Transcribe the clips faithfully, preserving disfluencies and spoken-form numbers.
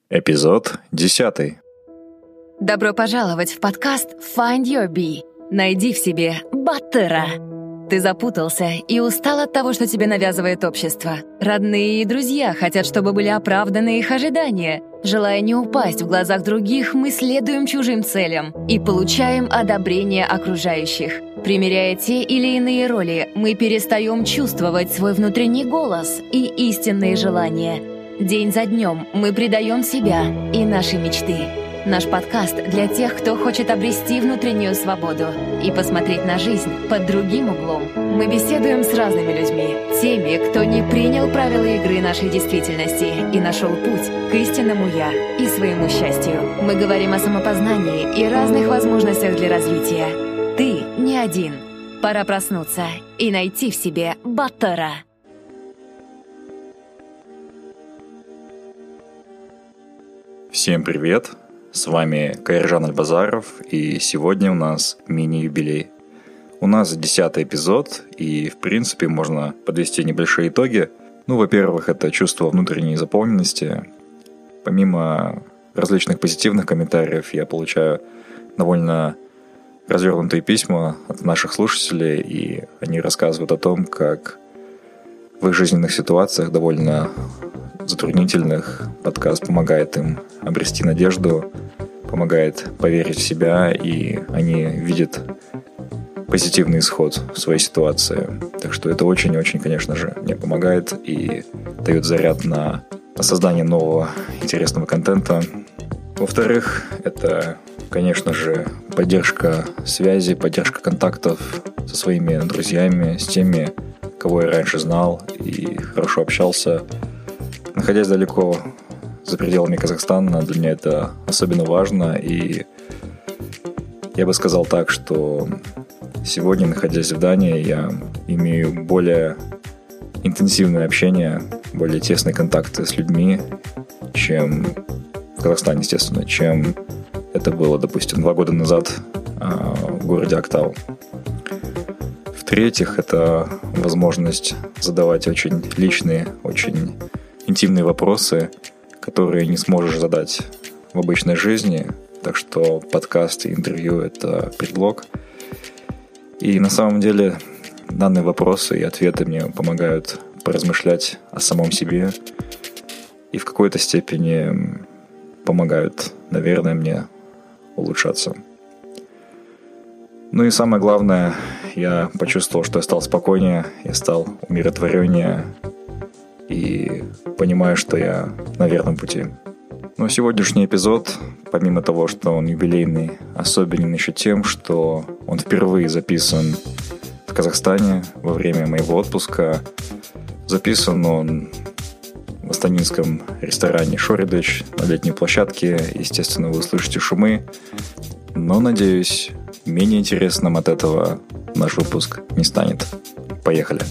Эпизод десятый. Добро пожаловать в подкаст Find Your Bee. Найди в себе Баттера. Ты запутался и устал от того, что тебе навязывает общество. Родные и друзья хотят, чтобы были оправданы их ожидания. Желая не упасть в глазах других, мы следуем чужим целям и получаем одобрение окружающих. Примеряя те или иные роли, мы перестаем чувствовать свой внутренний голос и истинные желания. День за днем мы предаем себя и наши мечты. Наш подкаст для тех, кто хочет обрести внутреннюю свободу и посмотреть на жизнь под другим углом. Мы беседуем с разными людьми, теми, кто не принял правила игры нашей действительности и нашел путь к истинному «я» и своему счастью. Мы говорим о самопознании и разных возможностях для развития. Ты не один. Пора проснуться и найти в себе Баттера. Всем привет! С вами Кайыржан Альбазаров, и сегодня у нас мини-юбилей. У нас десятый эпизод, и, в принципе, можно подвести небольшие итоги. Ну, во-первых, это чувство внутренней заполненности. Помимо различных позитивных комментариев, я получаю довольно развернутые письма от наших слушателей, и они рассказывают о том, как в их жизненных ситуациях довольно затруднительных подкаст помогает им обрести надежду, помогает поверить в себя, и они видят позитивный исход в своей ситуации. Так что это очень-очень, конечно же, мне помогает и дает заряд на, на создание нового интересного контента. Во-вторых, это, конечно же, поддержка связи, поддержка контактов со своими друзьями, с теми, кого я раньше знал и хорошо общался. Находясь далеко за пределами Казахстана, для меня это особенно важно, и я бы сказал так, что сегодня, находясь в Дании, я имею более интенсивное общение, более тесные контакты с людьми, чем в Казахстане, естественно, чем это было, допустим, два года назад в городе Актау. В-третьих, это возможность задавать очень личные, очень интимные вопросы, которые не сможешь задать в обычной жизни. Так что подкаст и интервью – это предлог. И на самом деле данные вопросы и ответы мне помогают поразмышлять о самом себе и в какой-то степени помогают, наверное, мне улучшаться. Ну и самое главное, я почувствовал, что я стал спокойнее, я стал умиротвореннее, и понимаю, что я на верном пути. Но сегодняшний эпизод, помимо того, что он юбилейный, особенен еще тем, что он впервые записан в Казахстане во время моего отпуска. Записан он в астанинском ресторане «Шоридыч» на летней площадке. Естественно, вы услышите шумы, но, надеюсь, менее интересным от этого наш выпуск не станет. Поехали!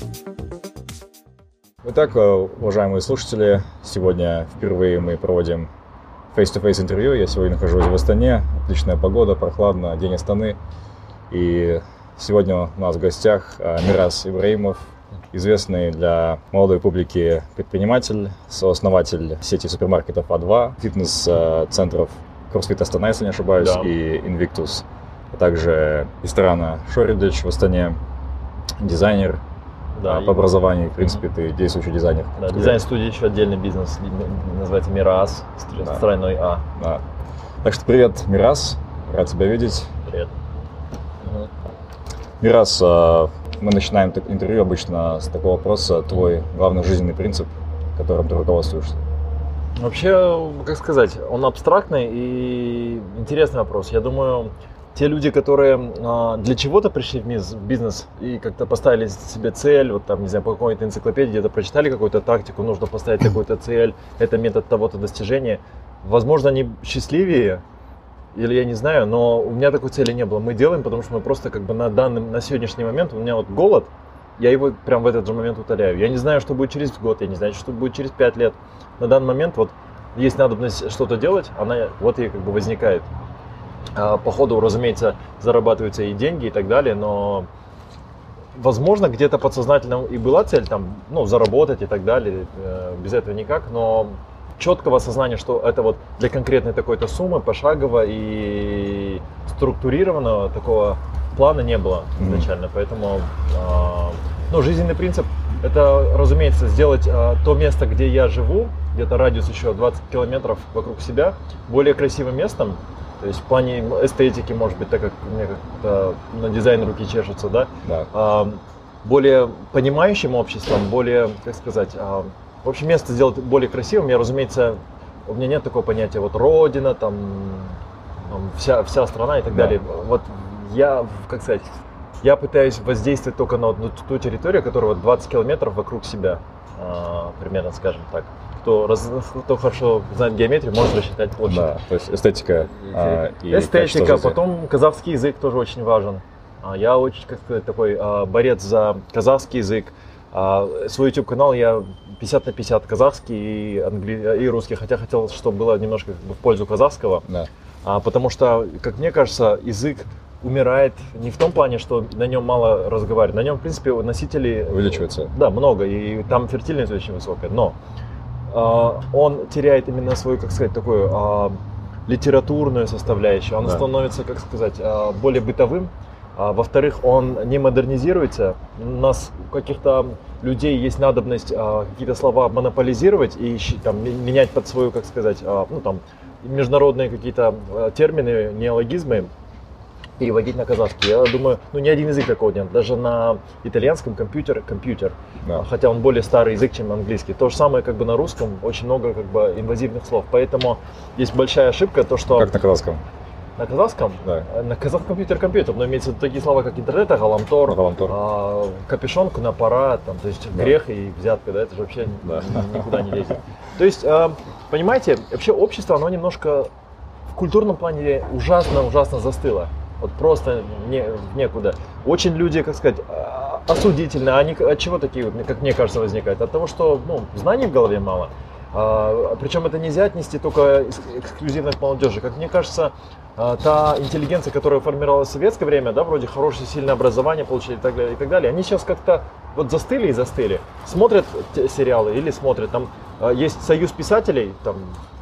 Итак, уважаемые слушатели, сегодня впервые мы проводим face-to-face интервью. Я сегодня нахожусь в Астане, отличная погода, прохладно, день Астаны. И сегодня у нас в гостях Мирас Ибраимов, известный для молодой публики предприниматель, сооснователь сети супермаркетов А два, фитнес-центров CrossFit Астана, если не ошибаюсь, да. И Invictus, а также ресторана «Шоридыч» в Астане, дизайнер. Да, по образованию, в принципе, mm-hmm. ты действующий дизайнер. Да, дизайн-студия еще отдельный бизнес, называется Мирас, с тройной А. Да. Так что привет, Мирас, рад тебя видеть. Привет. Mm-hmm. Мирас, мы начинаем интервью обычно с такого вопроса: твой главный жизненный принцип, которым ты руководствуешься? Вообще, как сказать, он абстрактный и интересный вопрос. Я думаю, те люди, которые а, для чего-то пришли в бизнес и как-то поставили себе цель, вот там, не знаю, по какой-то энциклопедии где-то прочитали какую-то тактику, нужно поставить какую-то цель, это метод того-то достижения. Возможно, они счастливее, или я не знаю, но у меня такой цели не было. Мы делаем, потому что мы просто как бы на данный, на сегодняшний момент, у меня вот голод, я его прям в этот же момент утоляю. Я не знаю, что будет через год, я не знаю, что будет через пять лет. На данный момент вот есть надобность что-то делать, она вот и как бы возникает. По ходу, разумеется, зарабатываются и деньги и так далее, но возможно, где-то подсознательно и была цель там, ну, заработать и так далее, без этого никак, но четкого осознания, что это вот для конкретной такой-то суммы, пошагово и структурированного такого плана не было изначально. Mm-hmm. Поэтому э, ну, жизненный принцип – это, разумеется, сделать э, то место, где я живу, где-то радиус еще двадцать километров вокруг себя, более красивым местом. То есть в плане эстетики, может быть, так как мне как-то на дизайн руки чешутся, да? Да. А, более понимающим обществом, более, как сказать, а, в общем, место сделать более красивым. Я, разумеется, у меня нет такого понятия, вот родина, там, там вся, вся страна и так да. далее. Вот я, как сказать, я пытаюсь воздействовать только на, на ту территорию, которая вот двадцать километров вокруг себя, а, примерно, скажем так. Кто, раз, кто хорошо знает геометрию, может рассчитать площадь. Да, то есть эстетика. А, и эстетика, потом казахский язык тоже очень важен. А, я очень, как сказать, такой а, борец за казахский язык. А, свой YouTube-канал я пятьдесят на пятьдесят казахский и, англи... и русский, хотя хотел, чтобы было немножко в пользу казахского. Да. А, потому что, как мне кажется, язык умирает не в том плане, что на нем мало разговаривают. На нем, в принципе, носителей увеличивается. Да, много, и там фертильность очень высокая. Но Uh, он теряет именно свою, как сказать, такую uh, литературную составляющую. Он да. становится, как сказать, uh, более бытовым. Uh, во-вторых, он не модернизируется. У нас у каких-то людей есть надобность uh, какие-то слова монополизировать и там, менять под свою, как сказать, uh, ну, там, международные какие-то uh, термины, неологизмы, переводить на казахский. Я думаю, ну ни один язык такого нет. Даже на итальянском компьютер, компьютер. Да. Хотя он более старый язык, чем английский. То же самое как бы на русском, очень много как бы инвазивных слов. Поэтому есть большая ошибка, то что... Как на казахском? На казахском? Да. На казахском компьютер компьютер, но имеется в виду такие слова, как интернет, галамтор, галамтор. А, капюшон, кнопора, там, то есть да. грех и взятка, да, это же вообще да. никуда не лезет. То есть, а, понимаете, вообще общество, оно немножко в культурном плане ужасно-ужасно застыло. Вот просто не, некуда. Очень люди, как сказать, осудительно. Они от чего такие, как мне кажется, возникают? От того, что ну, знаний в голове мало. А, причем это нельзя отнести только эксклюзивно к молодежи. Как мне кажется, та интеллигенция, которая формировалась в советское время, да, вроде хорошее, сильное образование получили и так далее, и так далее, они сейчас как-то вот застыли и застыли. Смотрят сериалы или смотрят. Там есть союз писателей, там,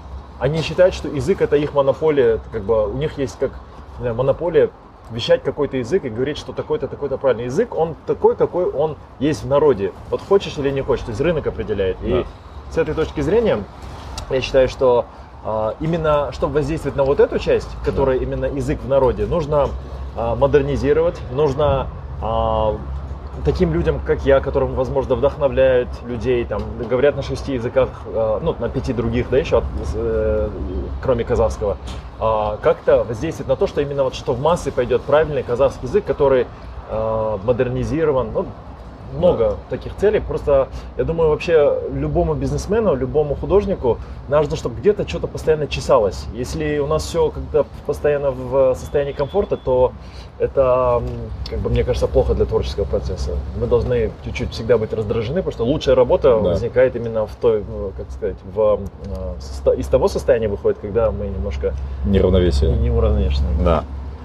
они считают, что язык это их монополия, как бы у них есть как монополия вещать какой-то язык и говорить, что такой-то, такой-то правильный язык, он такой, какой он есть в народе. Вот хочешь или не хочешь, то есть рынок определяет. Да. И с этой точки зрения я считаю, что а, именно чтобы воздействовать на вот эту часть, которая да. именно язык в народе, нужно а, модернизировать, нужно а, таким людям, как я, которым, возможно, вдохновляют людей, там, говорят на шести языках, э, ну, на пяти других, да, еще, э, кроме казахского, э, как-то воздействовать на то, что именно вот что в массы пойдет правильный казахский язык, который э, модернизирован, ну, много да. таких целей. Просто, я думаю, вообще любому бизнесмену, любому художнику нужно, чтобы где-то что-то постоянно чесалось. Если у нас все как-то постоянно в состоянии комфорта, то это, как бы, мне кажется, плохо для творческого процесса. Мы должны чуть-чуть всегда быть раздражены, потому что лучшая работа да. возникает именно в той, как сказать, в, из того состояния выходит, когда мы немножко неравновесие. Неуравновешены. Да.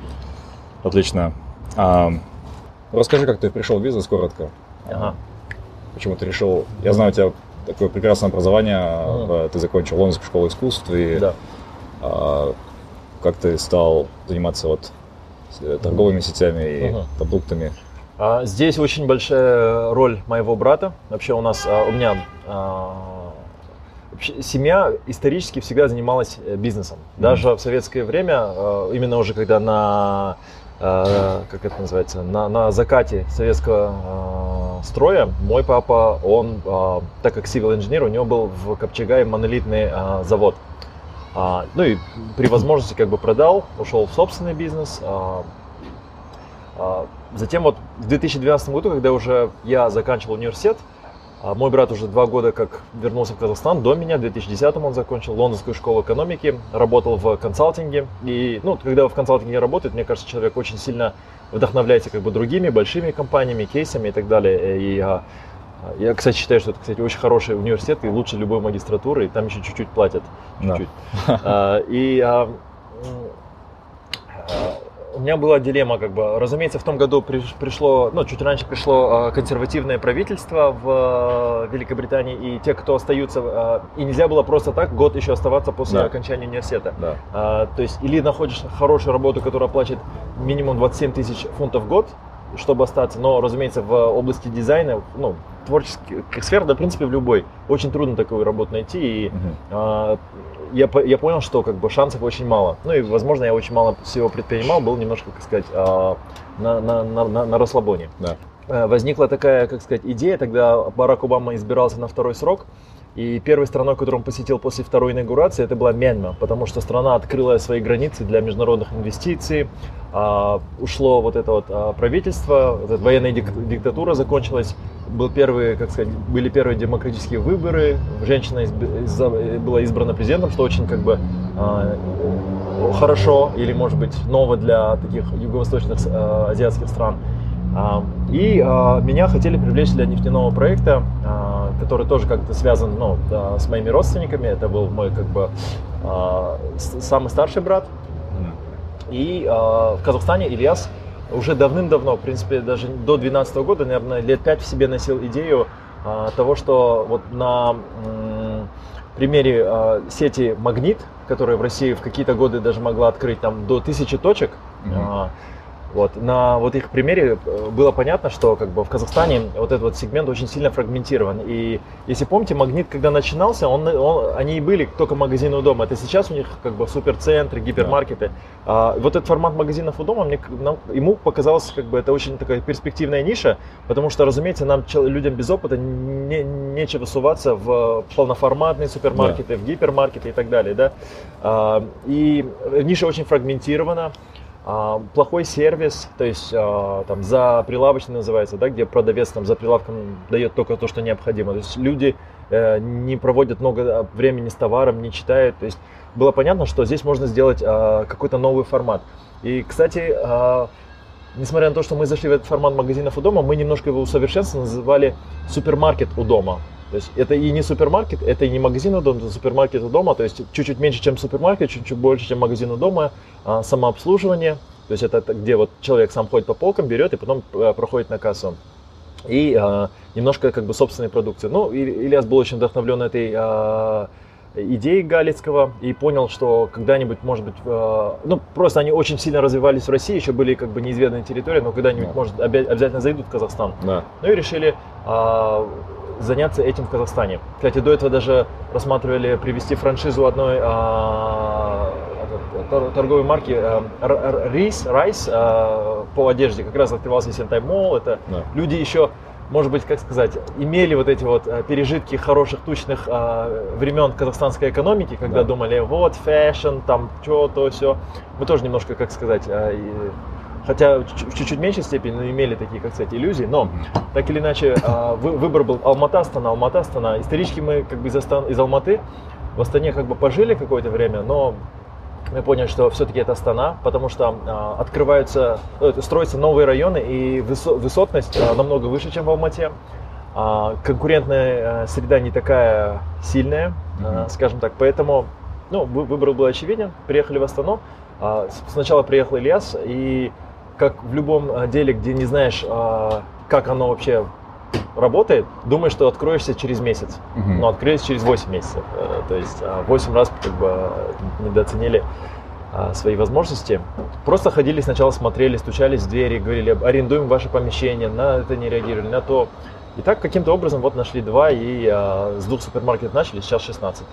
Отлично. А, расскажи, как ты пришел в бизнес коротко. Ага. Почему ты решил? Я знаю, у тебя такое прекрасное образование, ага. ты закончил Лондонскую школу искусств, и да. а, как ты стал заниматься вот торговыми сетями и ага. продуктами? А, здесь очень большая роль моего брата. Вообще у нас, а, у меня а, вообще, семья исторически всегда занималась бизнесом. Mm-hmm. Даже в советское время, а, именно уже когда на как это называется, на, на закате советского э, строя, мой папа, он, э, так как civil инженер, у него был в Копчегае монолитный э, завод. А, ну и при возможности как бы продал, ушел в собственный бизнес. А, а, затем вот в две тысячи двенадцатом году, когда уже я заканчивал университет, а мой брат уже два года как вернулся в Казахстан, до меня, в две тысячи десятом он закончил Лондонскую школу экономики, работал в консалтинге. И, ну, когда в консалтинге работает, мне кажется, человек очень сильно вдохновляется как бы другими большими компаниями, кейсами и так далее. И я, я, кстати, считаю, что это, кстати, очень хороший университет и лучше любой магистратуры, и там еще чуть-чуть платят. Чуть-чуть. Да. И у меня была дилемма, как бы, разумеется, в том году пришло, ну, чуть раньше пришло консервативное правительство в Великобритании, и те, кто остаются, и нельзя было просто так год еще оставаться после да. окончания университета. Да. А, то есть, или находишь хорошую работу, которая платит минимум двадцать семь тысяч фунтов в год, чтобы остаться, но, разумеется, в области дизайна, ну, творческих сфер, да, в принципе, в любой, очень трудно такую работу найти, и uh-huh. а, я, я понял, что как бы шансов очень мало. Ну и, возможно, я очень мало всего предпринимал, был немножко, как сказать, а, на, на, на, на расслабоне. Да. А, возникла такая, как сказать, идея, тогда Барак Обама избирался на второй срок, и первой страной, которую он посетил после второй инаугурации, это была Мьянма, потому что страна открыла свои границы для международных инвестиций, а, ушло вот это вот а, правительство, вот эта военная дик- диктатура закончилась, был первый, как сказать, были первые демократические выборы, женщина из, из, была избрана президентом, что очень как бы а, хорошо или, может быть, ново для таких юго-восточных а, азиатских стран. А, и а, меня хотели привлечь для нефтяного проекта, а, который тоже как-то связан, ну, да, с моими родственниками. Это был мой как бы а, самый старший брат. И а, в Казахстане Ильяс уже давным-давно, в принципе, даже до две тысячи двенадцатого года, наверное, лет пять в себе носил идею а, того, что вот на м, примере а, сети «Магнит», которая в России в какие-то годы даже могла открыть там до тысячи точек, mm-hmm. а, вот, на вот их примере было понятно, что как бы в Казахстане вот этот вот сегмент очень сильно фрагментирован. И если помните, «Магнит», когда начинался, он, он, они и были только магазины у дома. Это сейчас у них как бы суперцентры, гипермаркеты. Да. А, вот этот формат магазинов у дома, мне, нам, ему показалось, как бы это очень такая перспективная ниша, потому что, разумеется, нам, людям без опыта, не, нечего суваться в полноформатные супермаркеты, да. в гипермаркеты и так далее. Да? А, и ниша очень фрагментирована. А, плохой сервис, то есть а, там за прилавочный называется, да, где продавец там за прилавком дает только то, что необходимо. То есть люди э, не проводят много времени с товаром, не читают. То есть было понятно, что здесь можно сделать а, какой-то новый формат. И, кстати, а, несмотря на то, что мы зашли в этот формат магазинов у дома, мы немножко его усовершенствовали, называли супермаркет у дома. То есть это и не супермаркет, это и не магазин у дома, это супермаркет у дома, то есть чуть-чуть меньше, чем супермаркет, чуть-чуть больше, чем магазин у дома, а, самообслуживание, то есть это, это где вот человек сам ходит по полкам, берет и потом а, проходит на кассу. И а, немножко как бы собственной продукции. Ну, Ильяс был очень вдохновлен этой а, идеей Галицкого и понял, что когда-нибудь, может быть, а, ну просто они очень сильно развивались в России, еще были как бы неизведанные территории, но когда-нибудь, да. может, обязательно зайдут в Казахстан. Да. Ну и решили а, заняться этим в Казахстане. Кстати, до этого даже рассматривали привести франшизу одной а, торговой марки а, Рис, Райс а, по одежде. Как раз открывался Сентай Молл. Это да. люди еще, может быть, как сказать, имели вот эти вот пережитки хороших, тучных а, времен казахстанской экономики, когда да. думали, вот, фэшн, там, что, то, все. Мы тоже немножко, как сказать, а, и, хотя в чуть-чуть меньшей степени, но имели такие, как сказать, иллюзии, но так или иначе выбор был Алматы-Астана, Алматы-Астана. Исторически мы как бы из, Астан, из Алматы в Астане как бы пожили какое-то время, но мы поняли, что все-таки это Астана, потому что а, открываются, строятся новые районы и высо, высотность а, намного выше, чем в Алмате. А, конкурентная а, среда не такая сильная, mm-hmm. а, скажем так, поэтому ну, выбор был очевиден, приехали в Астану. А, сначала приехал Ильяс и как в любом деле, где не знаешь, как оно вообще работает, думаешь, что откроешься через месяц, uh-huh. но открылись через восемь месяцев. То есть восемь раз как бы недооценили свои возможности. Просто ходили сначала, смотрели, стучались в двери, говорили, арендуем ваше помещение, на это не реагировали, на то. И так каким-то образом вот нашли два, и с двух супермаркетов начали, сейчас шестнадцать.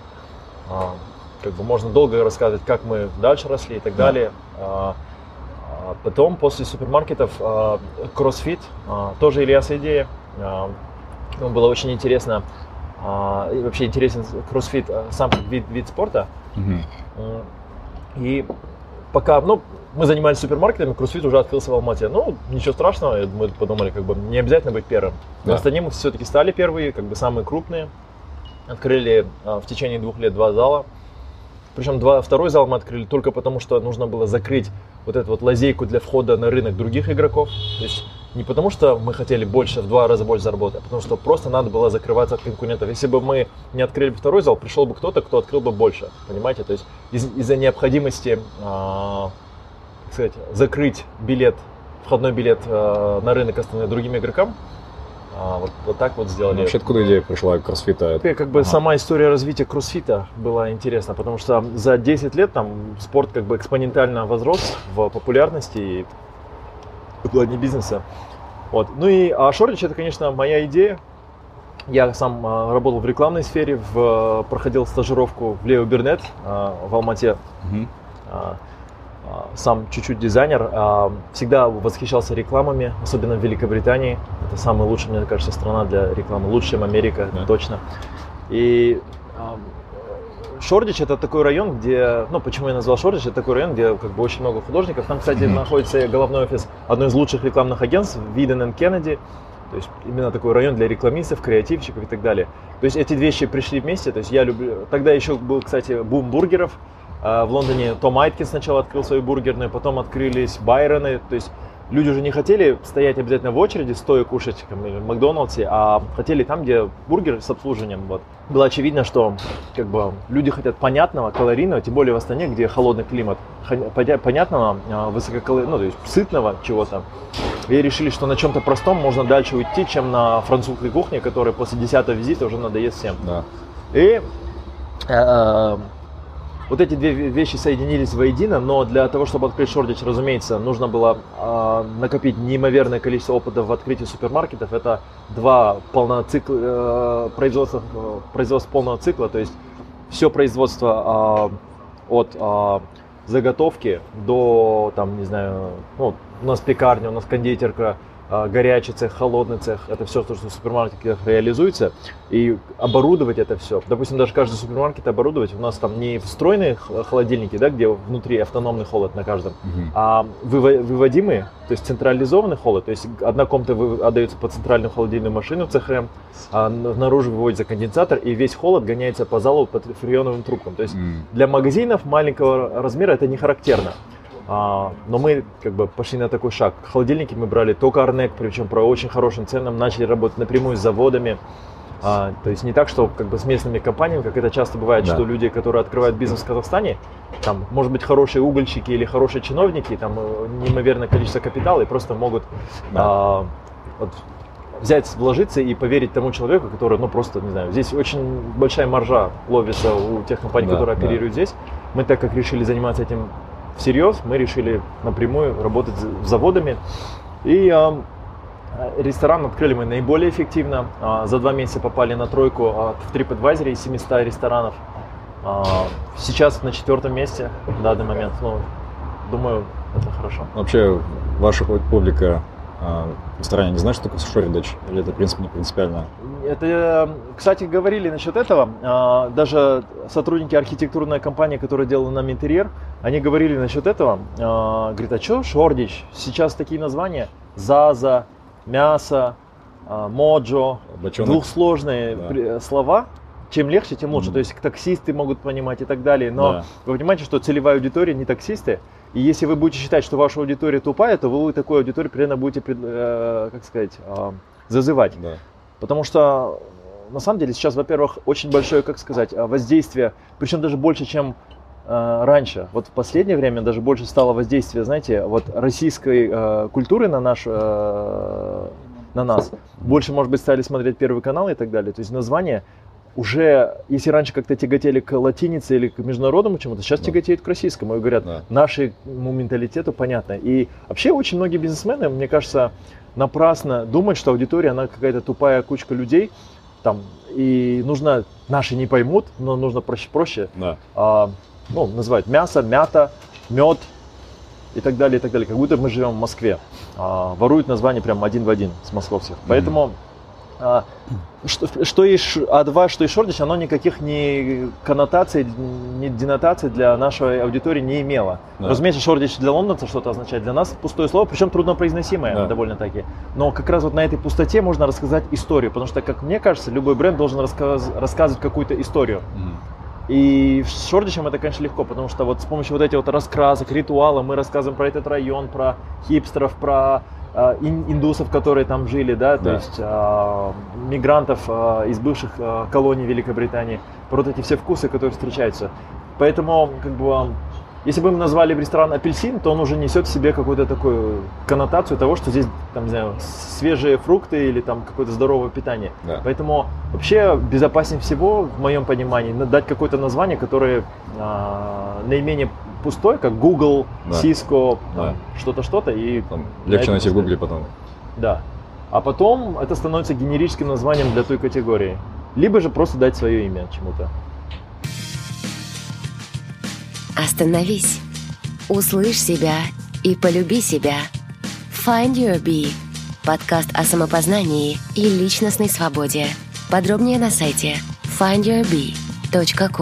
Как бы можно долго рассказывать, как мы дальше росли и так да. далее. А, а потом, после супермаркетов, а, кроссфит, а, тоже Ильяс идея. А, ну, было очень интересно, а, и вообще интересен кроссфит сам как вид, вид спорта. Mm-hmm. И пока, ну, мы занимались супермаркетами, кроссфит уже открылся в Алмате. Ну, ничего страшного, мы подумали, как бы не обязательно быть первым. Да. В Астане мы все-таки стали первые, как бы самые крупные. Открыли а, в течение двух лет два зала. Причем два, второй зал мы открыли только потому, что нужно было закрыть вот эту вот лазейку для входа на рынок других игроков. То есть не потому, что мы хотели больше, в два раза больше заработать, а потому что просто надо было закрываться от конкурентов. Если бы мы не открыли второй зал, пришел бы кто-то, кто открыл бы больше. Понимаете? То есть из- из-за необходимости а- так сказать, закрыть билет, входной билет э, на рынок основной другим игрокам. А, вот, вот так вот сделали. Ну, вообще, откуда идея пришла кроссфита? Как бы ага. сама история развития кроссфита была интересна, потому что за десять лет там спорт как бы экспонентально возрос в популярности и в плане бизнеса. Вот. Ну и а Shoreditch это, конечно, моя идея. Я сам а, работал в рекламной сфере, в, проходил стажировку в Leo Burnett а, в Алмате. Угу. А, сам чуть-чуть дизайнер, всегда восхищался рекламами, особенно в Великобритании. Это самая лучшая, мне кажется, страна для рекламы, лучше, чем Америка, да. Точно. И Shoreditch это такой район, где, ну почему я назвал Shoreditch, это такой район, где как бы очень много художников. Там, кстати, mm-hmm. находится головной офис одной из лучших рекламных агентств, Wieden энд Kennedy. То есть именно такой район для рекламистов, креативщиков и так далее. То есть эти вещи пришли вместе. То есть я люблю. Тогда еще был, кстати, бум бургеров. В Лондоне Том Айткин сначала открыл свою бургерную, потом открылись Байроны. То есть люди уже не хотели стоять обязательно в очереди, стоя кушать там, в Макдональдсе, а хотели там, где бургер с обслуживанием. Вот. Было очевидно, что как бы, люди хотят понятного, калорийного, тем более в Астане, где холодный климат, понятного, высококалорийного, ну, то есть сытного чего-то. И решили, что на чем-то простом можно дальше уйти, чем на французской кухне, которая после десятого визита уже надоест всем. Да. И э, вот эти две вещи соединились воедино, но для того, чтобы открыть Shoreditch, разумеется, нужно было э, накопить неимоверное количество опыта в открытии супермаркетов. Это два полноцикла, э, производства, э, производства полного цикла, то есть все производство э, от э, заготовки до, там, не знаю, ну, у нас пекарня, у нас кондитерка, горячий цех, холодный цех, это все, что в супермаркетах реализуется, и оборудовать это все. Допустим, даже каждый супермаркет оборудовать, у нас там не встроенные холодильники, да, где внутри автономный холод на каждом, uh-huh. а выводимые, то есть централизованный холод, то есть одна комната отдается по центральную холодильную машину цэ ха эм, а наружу выводится конденсатор, и весь холод гоняется по залу под фреоновым трубкам. То есть uh-huh. для магазинов маленького размера это не характерно. А, но мы как бы пошли на такой шаг. Холодильники мы брали только Арнек, причем по очень хорошим ценам, начали работать напрямую с заводами. А, то есть не так, что как бы с местными компаниями, как это часто бывает, да. что люди, которые открывают бизнес в Казахстане, там, может быть, хорошие угольщики или хорошие чиновники, там неимоверное количество капитала и просто могут да. а, вот, взять, вложиться и поверить тому человеку, который, ну просто, не знаю, здесь очень большая маржа ловится у тех компаний, да, которые оперируют да. здесь. Мы так как решили заниматься этим всерьез, мы решили напрямую работать с заводами. И э, ресторан открыли мы наиболее эффективно. Э, за два месяца попали на тройку э, в TripAdvisor из семисот ресторанов. Э, сейчас на четвертом месте в данный момент. Ну, думаю, это хорошо. Вообще, ваша публика э, в ресторане не знает, что такое Shoreditch? Или это, в принципе, не принципиально? Это, кстати, говорили насчет этого. Даже сотрудники архитектурной компании, которая делала нам интерьер, они говорили насчет этого. Говорят, а что Shoreditch? Сейчас такие названия. Заза, мясо, моджо. Бочонок. Двухсложные да. слова. Чем легче, тем лучше. Mm-hmm. То есть таксисты могут понимать и так далее. Но да. вы понимаете, что целевая аудитория не таксисты. И если вы будете считать, что ваша аудитория тупая, то вы такую аудиторию примерно будете, как сказать, зазывать. Да. Потому что, на самом деле, сейчас, во-первых, очень большое, как сказать, воздействие, причем даже больше, чем э, раньше. Вот в последнее время даже больше стало воздействие, знаете, вот российской э, культуры на, наш, э, на нас. Больше, может быть, стали смотреть Первый канал и так далее. То есть название уже, если раньше как-то тяготели к латинице или к международному чему-то, сейчас да. тяготеют к российскому. И говорят, да. нашему менталитету понятно. И вообще очень многие бизнесмены, мне кажется, напрасно думать, что аудитория, она какая-то тупая кучка людей, там, и нужно, наши не поймут, но нужно проще-проще, да. а, ну, называть мясо, мята, мед и так далее, и так далее, как будто мы живем в Москве, а, воруют название прям один в один с московских, mm-hmm. поэтому а, что, что и а два, что и Shoreditch, оно никаких ни коннотаций, ни денотаций для нашей аудитории не имело. Да. Разумеется, Shoreditch для лондонцев что-то означает, для нас пустое слово, причем труднопроизносимое да. довольно-таки. Но как раз вот на этой пустоте можно рассказать историю, потому что, как мне кажется, любой бренд должен рассказ, рассказывать какую-то историю. Mm. И с Shoreditch это, конечно, легко, потому что вот с помощью вот этих вот раскрасок, ритуала мы рассказываем про этот район, про хипстеров, про индусов, которые там жили, да, то да. есть э, мигрантов э, из бывших э, колоний Великобритании, про вот эти все вкусы, которые встречаются. Поэтому, как бы, если бы мы назвали ресторан «Апельсин», то он уже несет в себе какую-то такую коннотацию того, что здесь, там, не знаю, свежие фрукты или там какое-то здоровое питание. Да. Поэтому вообще безопаснее всего, в моем понимании, дать какое-то название, которое а, наименее пустой, как Google, Да. Cisco, Да. там, что-то, что-то. И Там на легче этом найти в поставить. Гугле потом. Да. А потом это становится генерическим названием для той категории. Либо же просто дать свое имя чему-то. Остановись. Услышь себя и полюби себя. Find Your Bee. Подкаст о самопознании и личностной свободе. Подробнее на сайте файнд юр би точка ком.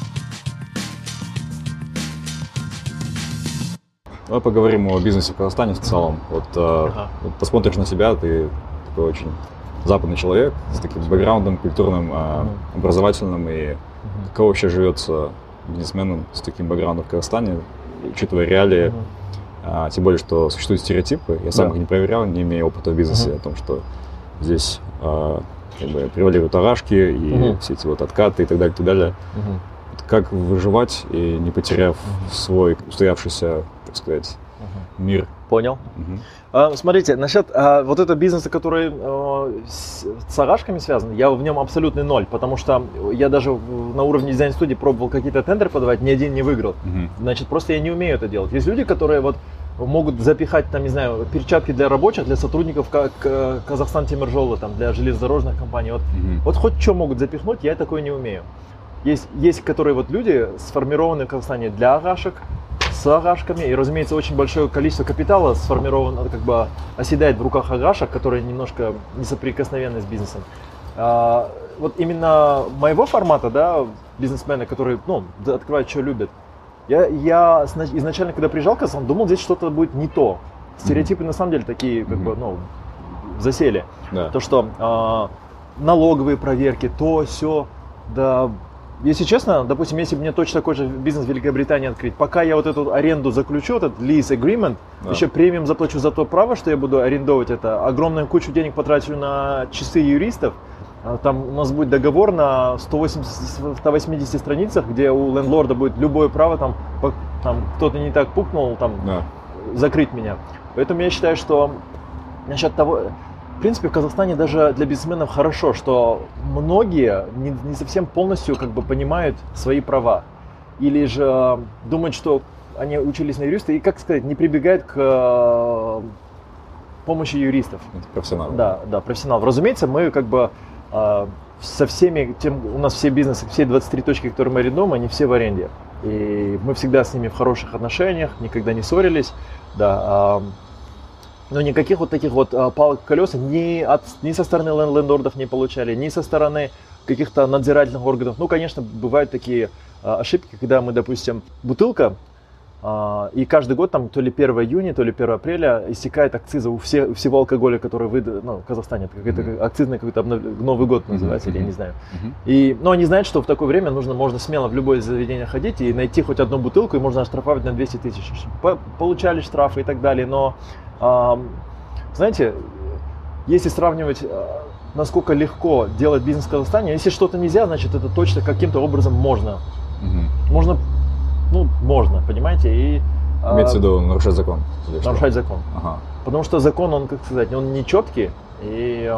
Давай поговорим о бизнесе в Казахстане в целом. Вот, э, Ага. вот посмотришь на себя, ты такой очень западный человек с таким бэкграундом культурным, э, Мгм. образовательным. И Мгм. каково вообще живется бизнесменам с таким бэкграундом в Казахстане, учитывая реалии, Мгм. а, тем более, что существуют стереотипы. Я сам Да. их не проверял, не имея опыта в бизнесе, Мгм. о том, что здесь а, как бы превалируют арашки и Мгм. все эти вот откаты и так далее, и так далее. Мгм. Вот как выживать и не потеряв Мгм. свой устоявшийся, так сказать, Мгм. мир? Понял. Мгм. А, смотрите, насчет а, вот этого бизнеса, который э, с, с арашками связан, я в нем абсолютный ноль, потому что я даже в- на уровне дизайн-студии пробовал какие-то тендеры подавать, ни один не выиграл. Мгм. Значит, просто я не умею это делать. Есть люди, которые вот могут запихать, там, не знаю, перчатки для рабочих, для сотрудников, как э, Казахстан Тимиржолы, там, для железнодорожных компаний. Вот, Мгм. вот хоть что могут запихнуть, я такое не умею. Есть, есть которые вот люди, сформированные в Казахстане для агашек, с агашками, и, разумеется, очень большое количество капитала сформировано, как бы оседает в руках агашек, которые немножко несоприкосновенны с бизнесом. А, вот именно моего формата, да, бизнесмены, которые, ну, открывают, что любят, я, я сна- изначально, когда приезжал в Казахстан, думал, здесь что-то будет не то. Стереотипы на самом деле такие, как Мгм. бы, ну, засели. Да. То, что а, налоговые проверки, то, все, да. Если честно, допустим, если бы мне точно такой же бизнес в Великобритании открыть, пока я вот эту аренду заключу, этот lease agreement, Да. еще премиум заплачу за то право, что я буду арендовать это, огромную кучу денег потрачу на часы юристов, а, там у нас будет договор на сто восемьдесят, сто восемьдесят страницах, где у лендлорда будет любое право, там, по- там кто-то не так пукнул, там, Да. закрыть меня. Поэтому я считаю, что насчет того, в принципе, в Казахстане даже для бизнесменов хорошо, что многие не, не совсем полностью как бы понимают свои права. Или же э, думают, что они учились на юриста и, как сказать, не прибегают к э, помощи юристов. Это профессионал. Да, да, профессионалов. Разумеется, мы как бы э, со всеми, тем, у нас все бизнесы, все двадцать три точки, которые мы арендуем, они все в аренде. И мы всегда с ними в хороших отношениях, никогда не ссорились. Да, э, но никаких вот таких вот э, палок в колеса ни, от, ни со стороны лен- лендлордов не получали, ни со стороны каких-то надзирательных органов. Ну, конечно, бывают такие э, ошибки, когда мы, допустим, бутылка, а, и каждый год, там, то ли первого июня, то ли первого апреля истекает акциза у, все, у всего алкоголя, который выдают, ну, в Казахстане, это какой-то Мгм. акцизный какой-то обнов- Новый год Мгм, называется, или я мгм. не знаю. Мгм. И, но они знают, что в такое время нужно, можно смело в любое заведение ходить и найти хоть одну бутылку, и можно оштрафовать на двести тысяч. По- Получали штрафы и так далее, но, ам, знаете, если сравнивать, а, насколько легко делать бизнес в Казахстане, если что-то нельзя, значит, это точно каким-то образом можно. Мгм. Можно, ну, можно, понимаете, и а, Имеется в виду нарушать закон? или что? нарушать закон. Ага. Потому что закон, он, как сказать, он не четкий. И,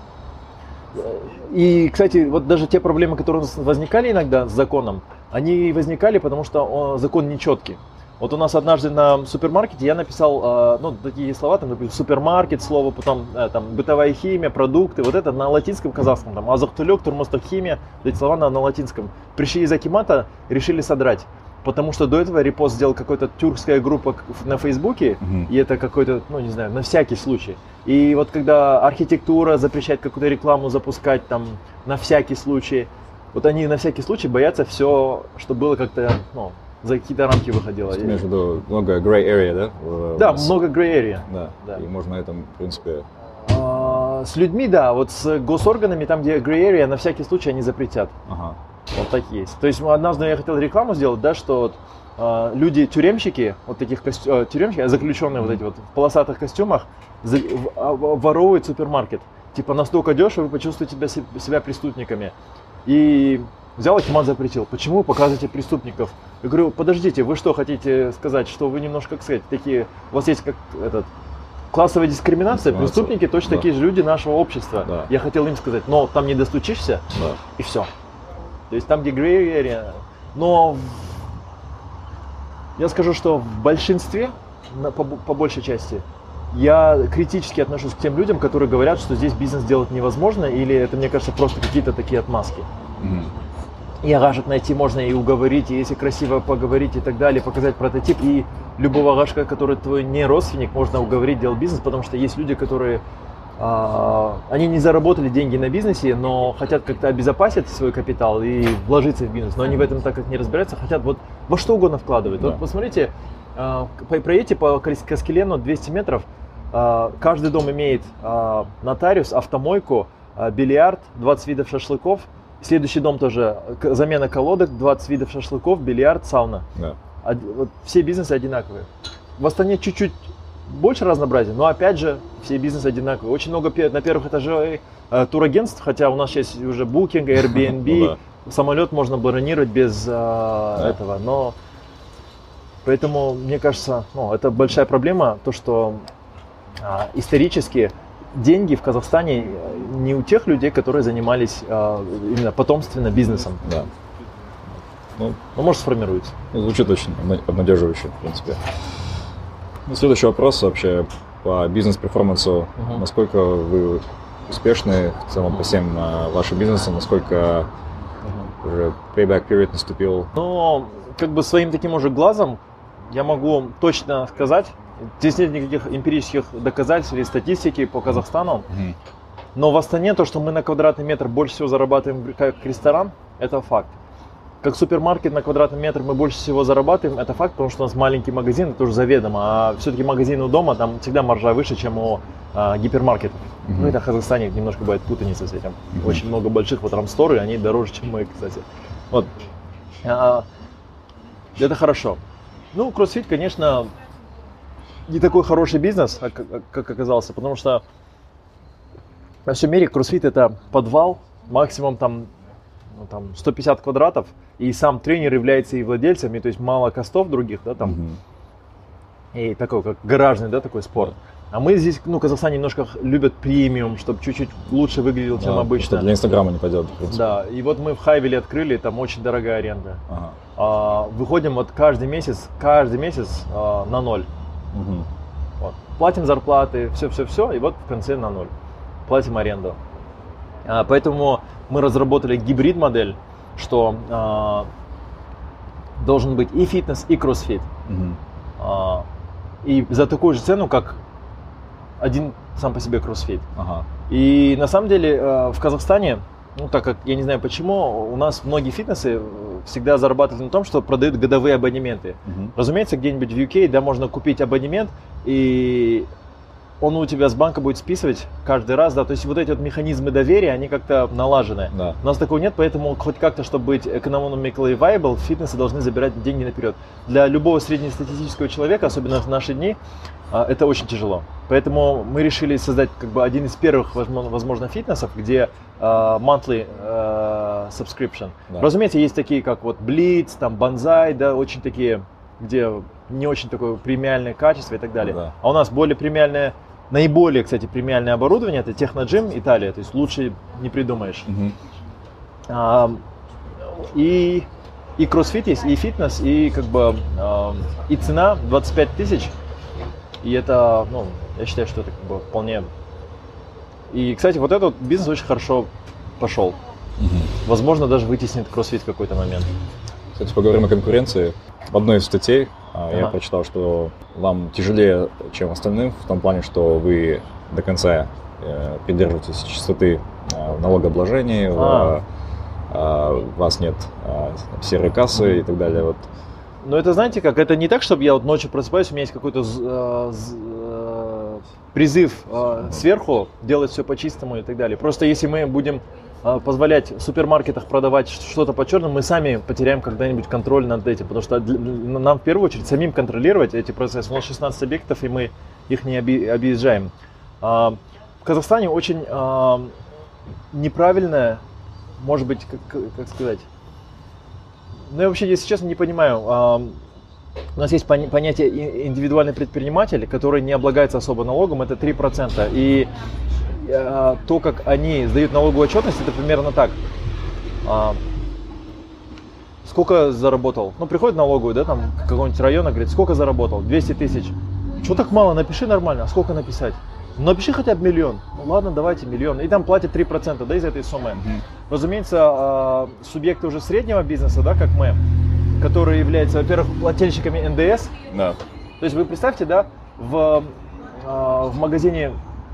э, и, кстати, вот даже те проблемы, которые у нас возникали иногда с законом, они возникали, потому что он, закон не четкий. Вот у нас однажды на супермаркете я написал, э, ну, такие слова, там, например, супермаркет, слово, потом э, там, бытовая химия, продукты, вот это на латинском, казахском, там, азохтулек, турмосток, химия, эти слова на, на латинском. Пришли из Акимата, решили содрать. Потому что до этого репост сделал какая-то тюркская группа к- на Фейсбуке, Мгм. и это какой-то, ну не знаю, на всякий случай. И вот когда архитектура запрещает какую-то рекламу запускать там на всякий случай, вот они на всякий случай боятся все, что было как-то, ну, за какие-то рамки выходило. Ты имеешь в виду много gray area, да? в- Да, у нас? много gray area. Да. Да. И можно на этом, в принципе, А, с людьми, да, вот с госорганами, там, где gray area, на всякий случай они запретят. ага. Вот так есть. То есть однажды я хотел рекламу сделать, да, что вот, э, люди тюремщики, вот таких костю- э, тюремщики, заключенные вот эти вот в полосатых костюмах, за- в- а- в- воруют супермаркет. Типа настолько дешево, вы почувствуете себя, се- себя преступниками. И взял Акимат, запретил. Почему вы показываете преступников Я говорю, подождите, вы что хотите сказать, что вы немножко, как сказать, такие, у вас есть как этот, классовая дискриминация, преступники точно да. такие же люди нашего общества. Да. Я хотел им сказать, но там не достучишься, да. и все. То есть там где gray area, но я скажу, что в большинстве, по, по большей части, я критически отношусь к тем людям, которые говорят, что здесь бизнес делать невозможно, или это, мне кажется, просто какие-то такие отмазки. Mm-hmm. И агашек найти можно и уговорить, и если красиво поговорить и так далее, показать прототип. И любого агашка, который твой не родственник, можно уговорить делать бизнес, потому что есть люди, которые, а, они не заработали деньги на бизнесе, но хотят как-то обезопасить свой капитал и вложиться в бизнес, но они в этом так как не разбираются, хотят вот во что угодно вкладывать. Да. Вот посмотрите, а, проедете по Каскелену двести метров, а, каждый дом имеет а, нотариус, автомойку, а, бильярд, двадцать видов шашлыков. Следующий дом тоже замена колодок, двадцать видов шашлыков, бильярд, сауна. Да. А, вот, все бизнесы одинаковые. В Астане чуть-чуть больше разнообразия, но опять же все бизнесы одинаковые. Очень много на первых этажах э, турагентств, хотя у нас сейчас уже Booking, Airbnb, ну, самолет можно бронировать без э, да. этого. Но поэтому мне кажется, ну, это большая проблема, то что э, исторически деньги в Казахстане не у тех людей, которые занимались а, именно потомственно бизнесом. Да. Ну, ну, может, сформируется. Звучит очень обнадеживающе, в принципе. Ну, следующий вопрос вообще по бизнес-перформансу. Uh-huh. Насколько вы успешны в целом uh-huh. по всем а, вашим бизнесам? Насколько uh-huh. уже payback period наступил? Ну, как бы своим таким уже глазом я могу точно сказать, здесь нет никаких эмпирических доказательств или статистики по Казахстану. Mm-hmm. Но в Астане то, что мы на квадратный метр больше всего зарабатываем как ресторан, это факт. Как супермаркет на квадратный метр мы больше всего зарабатываем, это факт, потому что у нас маленький магазин, это уже заведомо. А все-таки магазин у дома, там всегда маржа выше, чем у а, гипермаркетов. Mm-hmm. Ну, это в Казахстане немножко бывает путаница с этим. Mm-hmm. Очень много больших вот рамсторы, они дороже, чем мы, кстати. Вот. А, это хорошо. Ну, кроссфит, конечно, не такой хороший бизнес, как оказался, потому что во всем мире кроссфит это подвал, максимум там, ну, там сто пятьдесят квадратов, и сам тренер является и владельцем, и то есть мало костов других, да, там, mm-hmm. и такой как гаражный, да, такой спорт. А мы здесь, ну, в Казахстане немножко любят премиум, чтобы чуть-чуть лучше выглядел, чем а, обычно. Для Инстаграма не пойдет, в принципе. Да, и вот мы в Хайвеле открыли, там очень дорогая аренда. Ага. А, выходим вот каждый месяц, каждый месяц а, на ноль. Угу. Вот. Платим зарплаты, все-все-все, и вот в конце на ноль. Платим аренду. А, поэтому мы разработали гибрид-модель, что а, должен быть и фитнес, и кроссфит. Угу. А, и за такую же цену, как один сам по себе кроссфит. Ага. И на самом деле в Казахстане, ну так как я не знаю почему, у нас многие фитнесы всегда зарабатывают на том, что продают годовые абонементы. Uh-huh. Разумеется, где-нибудь в ю кей, да, можно купить абонемент, и он у тебя с банка будет списывать каждый раз, да, то есть вот эти вот механизмы доверия, они как-то налажены. Да. У нас такого нет, поэтому хоть как-то, чтобы быть economically viable, фитнесы должны забирать деньги наперед. Для любого среднестатистического человека, особенно в наши дни, это очень тяжело. Поэтому мы решили создать как бы один из первых, возможно, фитнесов, где uh, monthly uh, subscription. Да. Разумеется, есть такие, как вот Blitz, там Banzai, да, очень такие, где не очень такое премиальное качество и так далее. Да. А у нас более премиальное, наиболее, кстати, премиальное оборудование, это Техноджим, Италия, то есть лучше не придумаешь. Угу. Uh, и, и кроссфит есть, и фитнес, и как бы uh, и цена двадцать пять тысяч. И это, ну, я считаю, что это как бы вполне... И, кстати, вот этот бизнес очень хорошо пошел. Угу. Возможно, даже вытеснит кроссфит в какой-то момент. Кстати, поговорим о конкуренции. В одной из статей ага. я прочитал, что вам тяжелее, чем остальным, в том плане, что вы до конца э, придерживаетесь чистоты э, в налогообложении, а. у, э, у вас нет э, серой кассы угу. и так далее. Вот. Но это, знаете как, это не так, чтобы я вот ночью просыпаюсь, у меня есть какой-то э, э, призыв э, сверху делать все по-чистому и так далее. Просто если мы будем э, позволять в супермаркетах продавать что-то по черному, мы сами потеряем когда-нибудь контроль над этим. Потому что для, нам в первую очередь самим контролировать эти процессы. У нас шестнадцать объектов, и мы их не оби- объезжаем. Э, в Казахстане очень э, неправильная, может быть, как, как сказать... ну, я вообще, если честно, не понимаю. А, у нас есть понятие индивидуальный предприниматель, который не облагается особо налогом, это три процента. И а, то, как они сдают налоговую отчетность, это примерно так. А, сколько заработал? Ну, приходит налоговый, да, там, какого-нибудь района, говорит, сколько заработал? двести тысяч. Что так мало? Напиши нормально. А сколько написать? Напиши хотя бы миллион. Ну ладно, давайте миллион. И там платят три процента, да, из этой суммы. Mm-hmm. Разумеется, субъекты уже среднего бизнеса, да, как мы, которые являются, во-первых, плательщиками эн дэ эс. Да. То есть вы представьте, да, в, в магазине,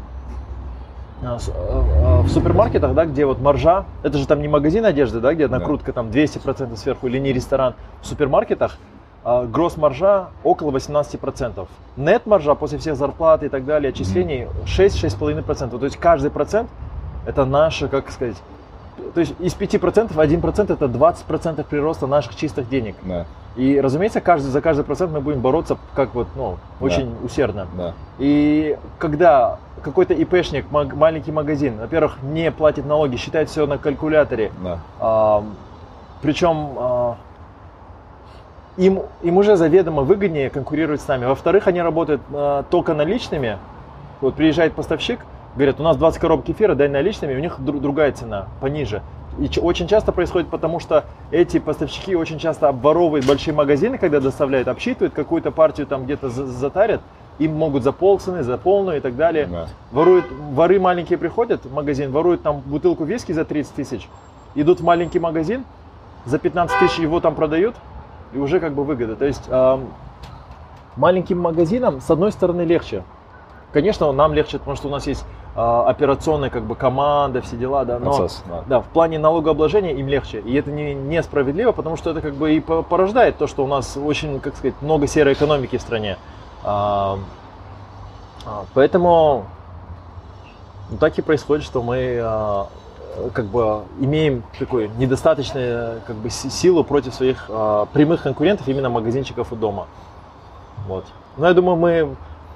в супермаркетах, да, где вот маржа, это же там не магазин одежды, да, где накрутка там двести процентов сверху, или не ресторан. В супермаркетах гросс-маржа около восемнадцать процентов. Нет-маржа после всех зарплат и так далее, отчислений шесть-шесть с половиной процентов. То есть каждый процент это наше, как сказать, то есть из пяти процентов один процент это двадцать процентов прироста наших чистых денег. Да. И, разумеется, каждый, за каждый процент мы будем бороться как вот, ну, очень да. усердно. Да. И когда какой-то ИПшник, маленький магазин, во-первых, не платит налоги, считает все на калькуляторе, да. а, причем а, Им, им уже заведомо выгоднее конкурировать с нами. Во-вторых, они работают э, только наличными. Вот приезжает поставщик, говорят, у нас двадцать коробок кефира, дай наличными, у них дру- другая цена, пониже. И ч- очень часто происходит, потому что эти поставщики очень часто обворовывают большие магазины, когда доставляют, обсчитывают, какую-то партию там где-то за- затарят, им могут за полцены, за полную и так далее. Да. Воруют, воры маленькие приходят в магазин, воруют там бутылку виски за тридцать тысяч, идут в маленький магазин, за пятнадцать тысяч его там продают, и уже как бы выгода. То есть э, маленьким магазинам с одной стороны легче. Конечно, нам легче, потому что у нас есть э, операционная как бы команда, все дела, да. Но Процесс, да. Да, в плане налогообложения им легче. И это не, несправедливо, потому что это как бы и порождает то, что у нас очень, как сказать, много серой экономики в стране. А, а, поэтому ну, так и происходит, что мы а, как бы имеем такую недостаточную как бы силу против своих а, прямых конкурентов, именно магазинчиков у дома. Вот. Но я думаю, мы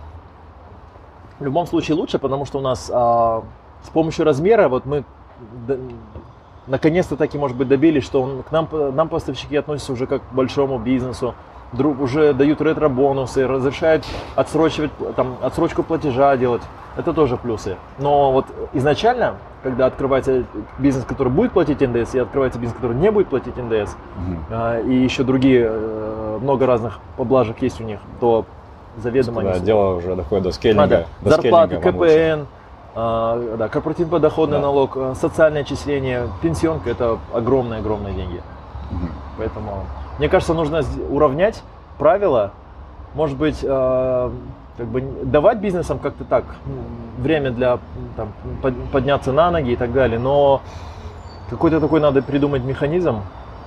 в любом случае лучше, потому что у нас а, с помощью размера вот мы д- наконец-то таки, может быть, добились, что он, к нам, нам поставщики относятся уже как к большому бизнесу, друг, уже дают ретро-бонусы, разрешают отсрочивать, там, отсрочку платежа делать. Это тоже плюсы. Но вот изначально, когда открывается бизнес, который будет платить эн дэ эс, и открывается бизнес, который не будет платить эн дэ эс, угу. а, и еще другие, много разных поблажек есть у них, то заведомо да, они... дело уже доходит до скейлинга. Да, до зарплаты, ка пэ эн, а, да, корпоративный подоходный да. налог, социальное отчисление, пенсионка – это огромные-огромные деньги. Угу. Поэтому, мне кажется, нужно уравнять правила, может быть, э, как бы давать бизнесам как-то так время для там, подняться на ноги и так далее, но какой-то такой надо придумать механизм,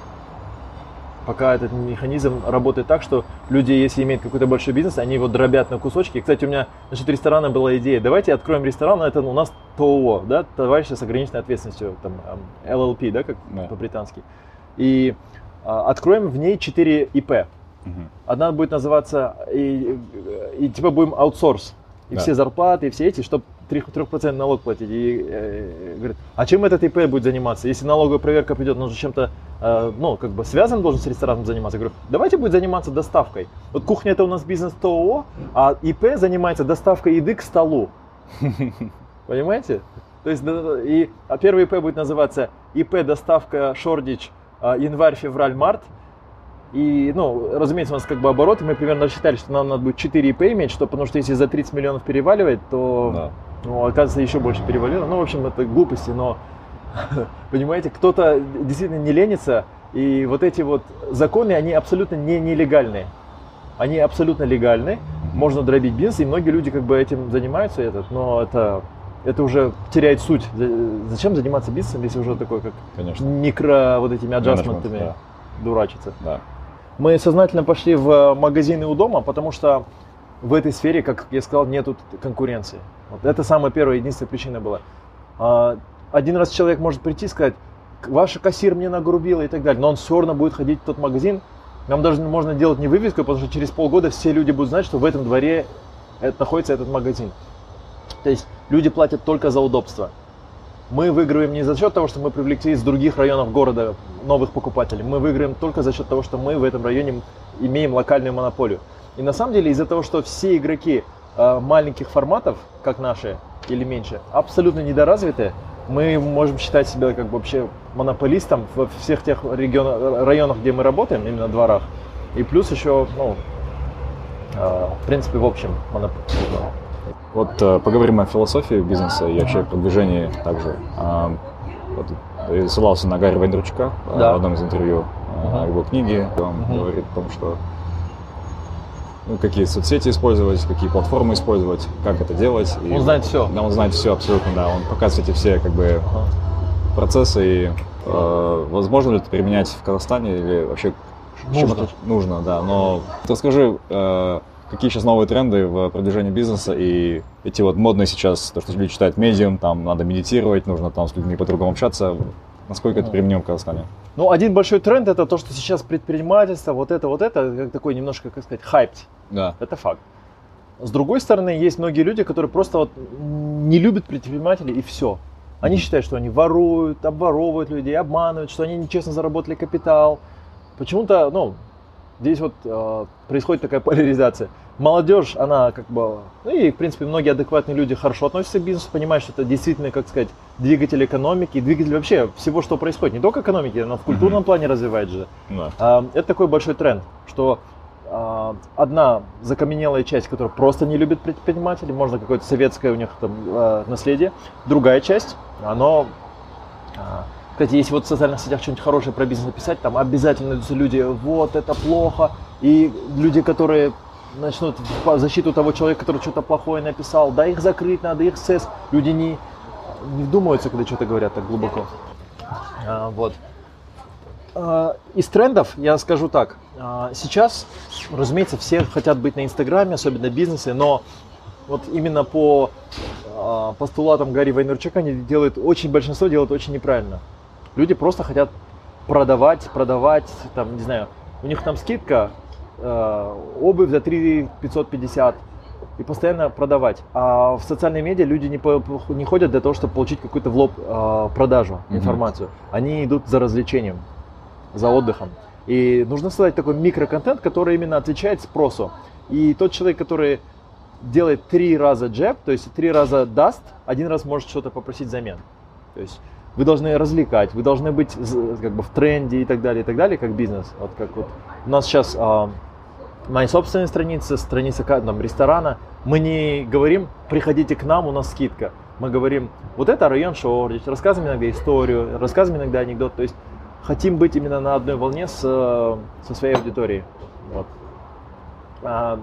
пока этот механизм работает так, что люди, если имеют какой-то большой бизнес, они его дробят на кусочки. Кстати, у меня насчет ресторана была идея, давайте откроем ресторан, это у нас тэ о о, да, товарищи с ограниченной ответственностью, там, эл эл пи, да, как да. по-британски, и а, откроем в ней четыре и пэ. Одна будет называться, и, и, и типа будем аутсорс, и да. все зарплаты, и все эти, чтобы три процента налог платить. И э, говорит, а чем этот ИП будет заниматься? Если налоговая проверка придет, он же чем-то, э, ну, как бы связан должен с рестораном заниматься. Я говорю, давайте будет заниматься доставкой. Вот кухня это у нас бизнес тэ о о, а ИП занимается доставкой еды к столу. Понимаете? То есть, и, а первый ИП будет называться ИП доставка Шордич январь, февраль, март. И, ну, разумеется, у нас как бы обороты, мы примерно рассчитали, что нам надо будет четыре и пэ иметь, что, потому что если за тридцать миллионов переваливать, то, да. ну, оказывается, еще больше перевалило. Ну, в общем, это глупости, но, понимаете, кто-то действительно не ленится, и вот эти вот законы, они абсолютно не нелегальные. Они абсолютно легальны, можно дробить бизнес, и многие люди как бы этим занимаются, этот, но это... Это уже теряет суть. Зачем заниматься бизнесом, если уже такой, как Конечно. микро вот этими аджастментами да. дурачиться? Да. Мы сознательно пошли в магазины у дома, потому что в этой сфере, как я сказал, нету конкуренции. Вот это самая первая, единственная причина была. Один раз человек может прийти и сказать, ваш кассир мне нагрубил и так далее, но он все равно будет ходить в тот магазин. Нам даже можно делать не вывеску, потому что через полгода все люди будут знать, что в этом дворе находится этот магазин. То есть люди платят только за удобство. Мы выигрываем не за счет того, что мы привлекли из других районов города новых покупателей. Мы выиграем только за счет того, что мы в этом районе имеем локальную монополию. И на самом деле из-за того, что все игроки э, маленьких форматов, как наши или меньше, абсолютно недоразвиты, мы можем считать себя как бы вообще монополистом во всех тех регион, районах, где мы работаем, именно дворах. И плюс еще, ну, э, в принципе, в общем, монополист. Вот э, поговорим о философии бизнеса и вообще продвижении также. Э, вот, я ссылался на Гарри Вайнерчука да. в одном из интервью э, uh-huh. его книги. Он uh-huh. говорит о том, что ну, какие соцсети использовать, какие платформы использовать, как это делать. И, он знает все. Да, он знает все абсолютно, да. Он показывает эти все как бы uh-huh. процессы. И, э, возможно ли это применять в Казахстане или вообще нужно? Нужно, да. Но расскажи, э, какие сейчас новые тренды в продвижении бизнеса и эти вот модные сейчас, то, что люди читают Medium, там надо медитировать, нужно там с людьми по-другому общаться. Насколько это применимо в Казахстане? Ну, один большой тренд это то, что сейчас предпринимательство, вот это, вот это, как такой немножко, как сказать, хайпт. Да. Это факт. С другой стороны, есть многие люди, которые просто вот не любят предпринимателей и все. Они mm-hmm. считают, что они воруют, обворовывают людей, обманывают, что они нечестно заработали капитал. Почему-то, ну, здесь вот э, происходит такая поляризация. Молодежь, она как бы, ну и в принципе многие адекватные люди хорошо относятся к бизнесу, понимают, что это действительно, как сказать, двигатель экономики, двигатель вообще всего, что происходит. Не только экономики, но в культурном mm-hmm. плане развивает же. Yeah. Э, это такой большой тренд, что э, одна закаменелая часть, которая просто не любит предпринимателей, можно какое-то советское у них там э, наследие. Другая часть, оно... Э, Кстати, если вот в социальных сетях что-нибудь хорошее про бизнес написать, там обязательно найдутся люди, вот это плохо. И люди, которые начнут в защиту того человека, который что-то плохое написал, да их закрыть надо, их сэс. Люди не, не вдумываются, когда что-то говорят так глубоко. А, вот. А, из трендов я скажу так. А, сейчас, разумеется, все хотят быть на Инстаграме, особенно бизнесы, но вот именно по а, постулатам Гарри Вайнерчука они делают, очень большинство делают очень неправильно. Люди просто хотят продавать, продавать, там, не знаю, у них там скидка, э, обувь за три тысячи пятьсот пятьдесят и постоянно продавать. А в социальные медиа люди не, по, не ходят для того, чтобы получить какую-то в лоб э, продажу, информацию. Mm-hmm. Они идут за развлечением, за отдыхом. И нужно создать такой микроконтент, который именно отвечает спросу. И тот человек, который делает три раза джеб, то есть три раза даст, один раз может что-то попросить взамен. То есть вы должны развлекать, вы должны быть как бы в тренде и так далее, и так далее, как бизнес. Вот как вот у нас сейчас а, моя собственная страница, страница там, ресторана. Мы не говорим, приходите к нам, у нас скидка. Мы говорим, вот это район Шордич, рассказываем иногда историю, рассказываем иногда анекдот. То есть хотим быть именно на одной волне с, со своей аудиторией. Вот. А,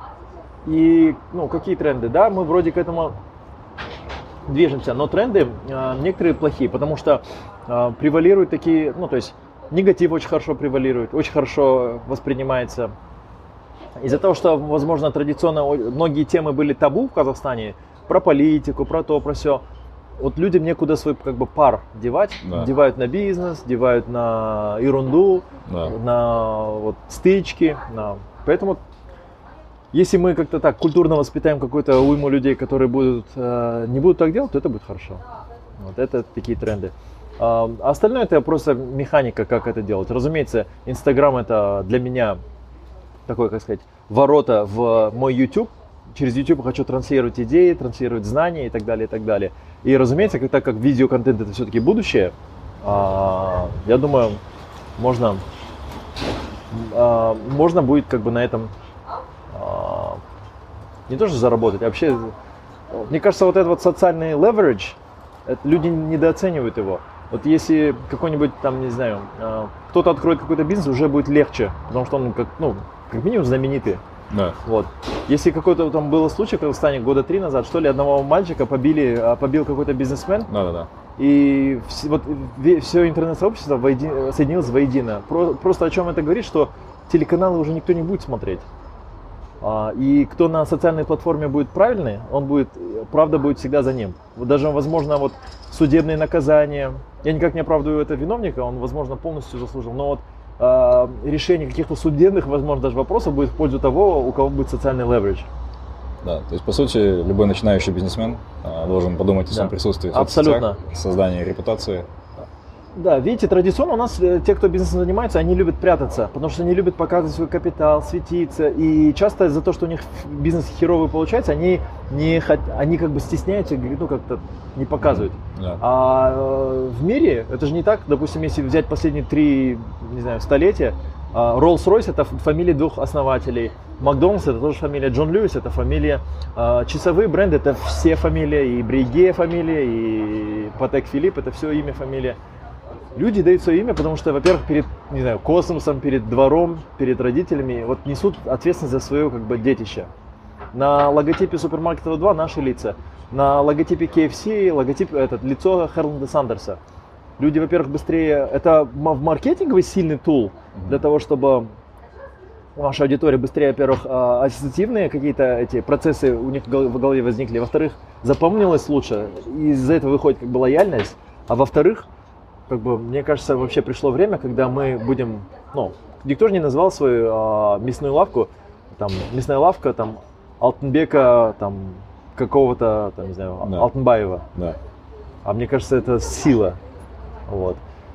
и ну, какие тренды? Да, мы вроде к этому движемся, но тренды э, некоторые плохие, потому что э, превалируют такие, ну то есть негатив очень хорошо превалирует, очень хорошо воспринимается. Из-за того, что, возможно, традиционно многие темы были табу в Казахстане, про политику, про то, про все. Вот людям некуда свой как бы пар девать, да. девают на бизнес, девают на ерунду, да. на вот, стычки, на... поэтому если мы как-то так культурно воспитаем какую-то уйму людей, которые будут, э, не будут так делать, то это будет хорошо. Вот это такие тренды. А остальное это просто механика, как это делать. Разумеется, Инстаграм это для меня такой, как сказать, ворота в мой YouTube. Через YouTube я хочу транслировать идеи, транслировать знания и так далее, и так далее. И разумеется, как, так как видеоконтент это все-таки будущее, а, я думаю, можно, а, можно будет как бы на этом не то, что заработать, а вообще, мне кажется, вот этот вот социальный leverage, это, люди недооценивают его. Вот если какой-нибудь там, не знаю, кто-то откроет какой-то бизнес, уже будет легче, потому что он как, ну, как минимум знаменитый. Да. Вот. Если какой-то там был случай в Казахстане года три назад, что ли, одного мальчика побили, побил какой-то бизнесмен. Да, да, да. И вс- вот все интернет-сообщество воеди- соединилось воедино. Про- просто о чем это говорит, что телеканалы уже никто не будет смотреть. И кто на социальной платформе будет правильный, он будет, правда будет всегда за ним. Вот даже, возможно, вот судебные наказания, я никак не оправдываю это виновника, он, возможно, полностью заслужил, но вот э, решение каких-то судебных, возможно, даже вопросов будет в пользу того, у кого будет социальный leverage. Да, то есть, по сути, любой начинающий бизнесмен а, должен подумать о Да. своем присутствии в Абсолютно. соцсетях, создании репутации. Да, видите, традиционно у нас э, те, кто бизнесом занимается, они любят прятаться, потому что они любят показывать свой капитал, светиться, и часто за то, что у них бизнес херовый получается, они не хот... они как бы стесняются, ну как-то не показывают. Да. А э, в мире это же не так. Допустим, если взять последние три, не знаю, столетия, э, Rolls-Royce это фамилия двух основателей, Макдональдс это тоже фамилия, Джон Льюис это фамилия, э, часовые бренды это все фамилии, и Breguet фамилия, и Patek Philippe это все имя, фамилия. Люди дают свое имя, потому что, во-первых, перед, не знаю, космосом, перед двором, перед родителями, вот несут ответственность за свое как бы детище. На логотипе супермаркета два наши лица, на логотипе кей эф си логотип этот лицо Харланда Сандерса. Люди, во-первых, быстрее, это в маркетинговый сильный тул для того, чтобы ваша аудитория быстрее, во-первых, ассоциативные какие-то эти процессы у них в голове возникли, во-вторых, запомнилось лучше, и из-за этого выходит как бы лояльность, а во-вторых, как бы, мне кажется, вообще пришло время, когда мы будем, ну, никто же не назвал свою а, мясную лавку, там, мясная лавка, там, Алтынбека, там, какого-то, там, не знаю, Да. Алтынбаева. Да. А мне кажется, это сила, вот.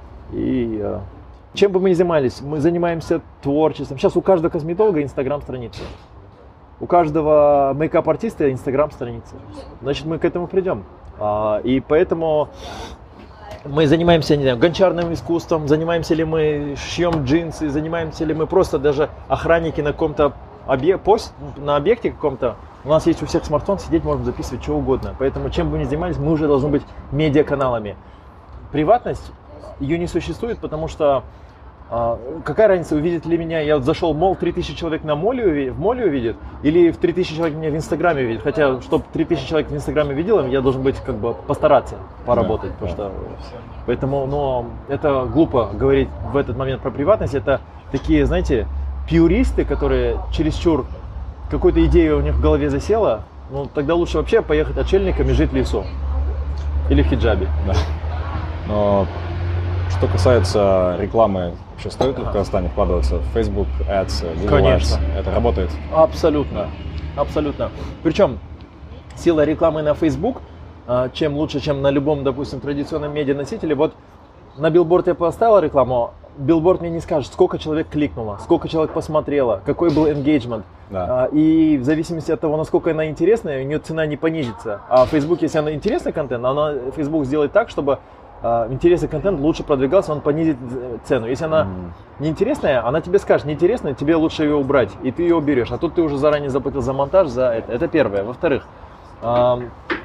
И а, чем бы мы ни занимались, мы занимаемся творчеством. Сейчас у каждого косметолога инстаграм-страница, у каждого мейкап-артиста инстаграм-страница. Значит, мы к этому придем. А, и поэтому мы занимаемся, не знаю, гончарным искусством, занимаемся ли мы шьем джинсы, занимаемся ли мы просто даже охранники на каком-то объекте, пост, на объекте каком-то. У нас есть у всех смартфон, сидеть можем записывать что угодно. Поэтому чем бы мы ни занимались, мы уже должны быть медиаканалами. Приватность, ее не существует, потому что а, какая разница, увидит ли меня, я вот зашел в молл, три тысячи человек на молле, в молле увидит, или в три тысячи человек меня в инстаграме увидит. Хотя, чтобы три тысячи человек в инстаграме видело, я должен быть, как бы, постараться поработать. Да, потому что, поэтому, но это глупо говорить в этот момент про приватность. Это такие, знаете, пьюристы, которые чересчур какую-то идею у них в голове засела, ну тогда лучше вообще поехать отшельниками жить в лесу. Или в хиджабе. Да. Но что касается рекламы, вообще стоит ли в Казахстане вкладываться в Facebook, Ads, Google Конечно. Ads? Это работает? Абсолютно. Абсолютно. Причем сила рекламы на Facebook, а, чем лучше, чем на любом, допустим, традиционном медианосителе. Вот на билборд я поставил рекламу, билборд мне не скажет, сколько человек кликнуло, сколько человек посмотрело, какой был engagement. Да. А, и в зависимости от того, насколько она интересная, у нее цена не понизится. А в Facebook, если она интересный контент, она, Facebook сделает так, чтобы а, интересный контент лучше продвигался, он понизит цену. Если она Mm. неинтересная, она тебе скажет, неинтересная, тебе лучше ее убрать, и ты ее уберешь. А тут ты уже заранее заплатил за монтаж, за это. Это первое. Во-вторых, а,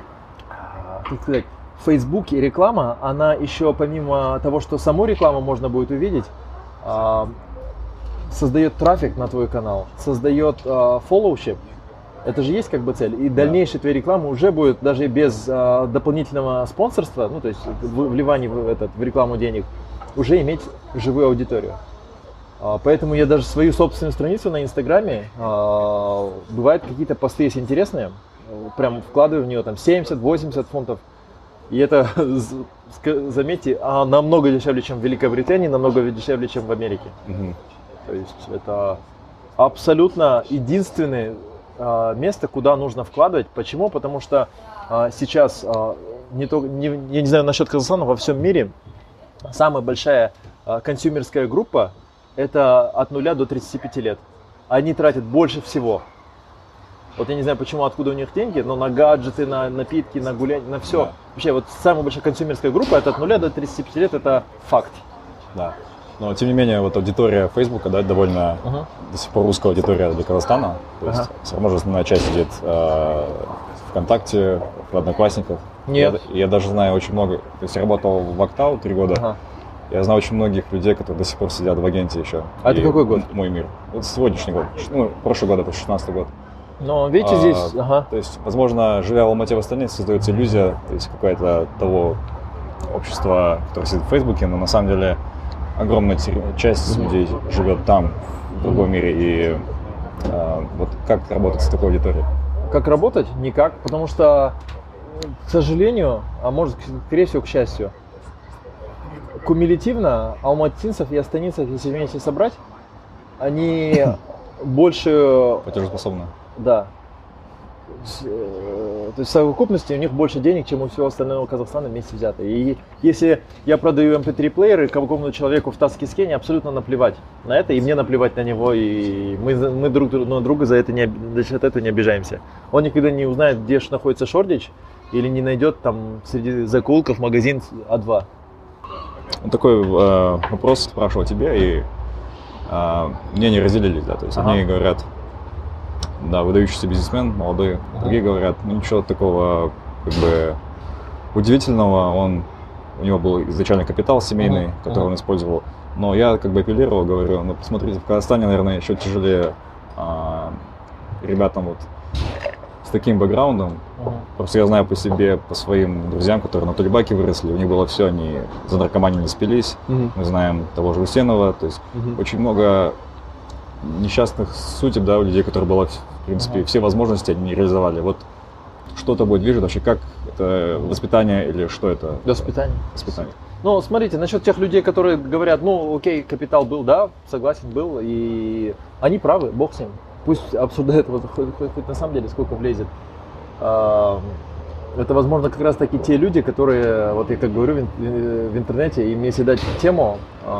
как сказать, в Фейсбуке реклама, она еще помимо того, что саму рекламу можно будет увидеть, а, создает трафик на твой канал, создает а, фоллоушип. Это же есть как бы цель. И дальнейшая твоя реклама уже будет даже без а, дополнительного спонсорства, ну то есть вливания в, этот, в рекламу денег, уже иметь живую аудиторию. А, поэтому я даже свою собственную страницу на Инстаграме, а, бывают какие-то посты, если интересные, прям вкладываю в нее там семьдесят-восемьдесят фунтов. И это, заметьте, намного дешевле, чем в Великобритании, намного дешевле, чем в Америке. Мгм. То есть это абсолютно единственное а, место, куда нужно вкладывать. Почему? Потому что а, сейчас, а, не то, не, я не знаю насчет Казахстана, во всем мире самая большая а, консюмерская группа это от нуля до тридцати пяти лет. Они тратят больше всего. Вот я не знаю, почему, откуда у них деньги, но на гаджеты, на напитки, на гуляние, на все. Да. Вообще, вот самая большая консюмерская группа это от нуля до тридцати пяти лет, это факт. Да. Но тем не менее, вот аудитория Фейсбука, да, довольно Ага. до сих пор узкая аудитория для Казахстана. То есть Ага. все равно же основная часть идет э, ВКонтакте, в Одноклассниках. Нет. Я, я даже знаю очень много. То есть я работал в Актау три года. Ага. Я знаю очень многих людей, которые до сих пор сидят в агенте еще. А это И какой год? Мой мир. Это сегодняшний год. Ну, прошлый год, это шестнадцатый год. Но видите, А, здесь, ага. То есть, возможно, живя в Алмате в Астане, создается иллюзия, то есть какая-то того общества, которое сидит в Фейсбуке, но на самом деле огромная тер- часть Мгм. людей живет там, в другом мире. И а, вот как работать с такой аудиторией? Как работать? Никак, потому что, к сожалению, а может, скорее всего, к счастью, кумулятивно алматинцев и астанинцев, если вместе собрать, они больше, Платежеспособны? да, то есть в совокупности у них больше денег, чем у всего остального Казахстана вместе взято. И если я продаю эм пи три плееры какому-то человеку в Таскискене, абсолютно наплевать на это, и мне наплевать на него, и мы, мы друг на друга за это не, за это не обижаемся. Он никогда не узнает, где же находится Шордич, или не найдет там среди закоулков магазин а два. Такой э, вопрос спрашивал тебя, и э, мнения разделились, да, то есть ага. одни говорят, да, выдающийся бизнесмен, молодой, ага. другие говорят, ну ничего такого, как бы, удивительного, он, у него был изначально капитал семейный, ага. который ага. он использовал, но я как бы апеллировал, говорю, ну посмотрите, в Казахстане, наверное, еще тяжелее э, ребятам вот с таким бэкграундом. Uh-huh. Просто я знаю по себе, по своим друзьям, которые на Тулебаке выросли, у них было все, они за наркоманией не спились. Uh-huh. Мы знаем того же Усенова, то есть uh-huh. очень много несчастных судеб, да, у людей, которые было, в принципе, uh-huh. все возможности они не реализовали. Вот что тобой движет вообще, как это воспитание или что это? Воспитание. Воспитание. Ну, смотрите, насчет тех людей, которые говорят, ну, окей, капитал был, да, согласен, был, и они правы, бог с ним. Пусть обсуждают, вот, хоть, хоть, хоть на самом деле сколько влезет. Это, возможно, как раз таки те люди, которые, вот я как говорю в интернете, им если дать тему,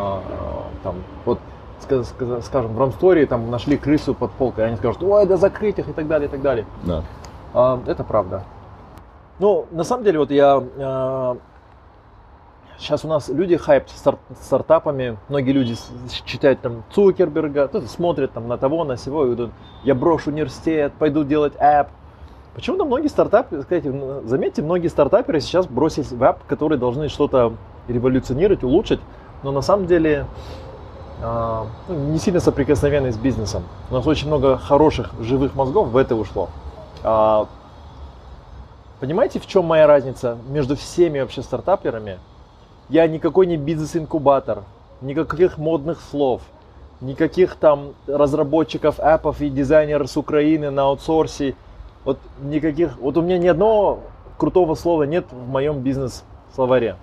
там, вот, скажем, в Рамстории там нашли крысу под полкой, они скажут, ой, да закрыть их и так далее, и так далее. Да. Это правда. Ну, на самом деле, вот я... Сейчас у нас люди хайп старт, стартапами, многие люди читают там Цукерберга, смотрят там на того, на сего, и идут, я брошу университет, пойду делать app. Почему-то многие стартаперы, кстати, заметьте, многие стартаперы сейчас бросились в app, которые должны что-то революционировать, улучшить, но на самом деле э, не сильно соприкосновенные с бизнесом. У нас очень много хороших, живых мозгов в это ушло. А, понимаете, в чем моя разница между всеми вообще стартаперами? Я никакой не бизнес-инкубатор, никаких модных слов, никаких там разработчиков аппов и дизайнеров с Украины на аутсорсе. Вот никаких, вот у меня ни одного крутого слова нет в моем бизнес-словаре.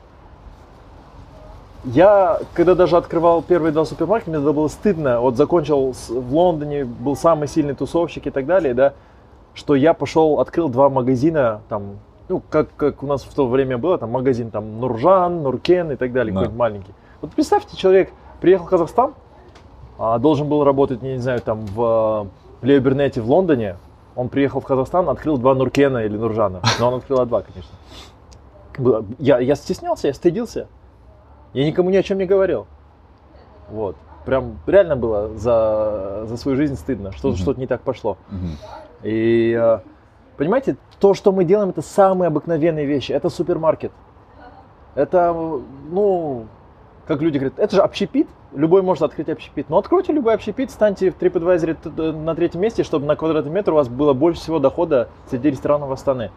Я, когда даже открывал первые два супермаркета, мне было стыдно. Вот закончил в Лондоне, был самый сильный тусовщик и так далее, да, что я пошел, открыл два магазина там. Ну, как, как у нас в то время было, там магазин там Нуржан, Нуркен и так далее, да. Какой-нибудь маленький. Вот представьте, человек приехал в Казахстан, а должен был работать, не знаю, там в Лео Бернете в Лондоне. Он приехал в Казахстан, открыл два Нуркена или Нуржана. Но он открыл два, конечно. Я, я стеснялся, я стыдился. Я никому ни о чем не говорил. Вот. Прям реально было за, за свою жизнь стыдно. Что-то, mm-hmm. что-то не так пошло. Mm-hmm. И... Понимаете, то, что мы делаем, это самые обыкновенные вещи. Это супермаркет. Это, ну, как люди говорят, это же общепит. Любой может открыть общепит. Но откройте любой общепит, станьте в TripAdvisor на третьем месте, чтобы на квадратный метр у вас было больше всего дохода среди ресторанов Астаны.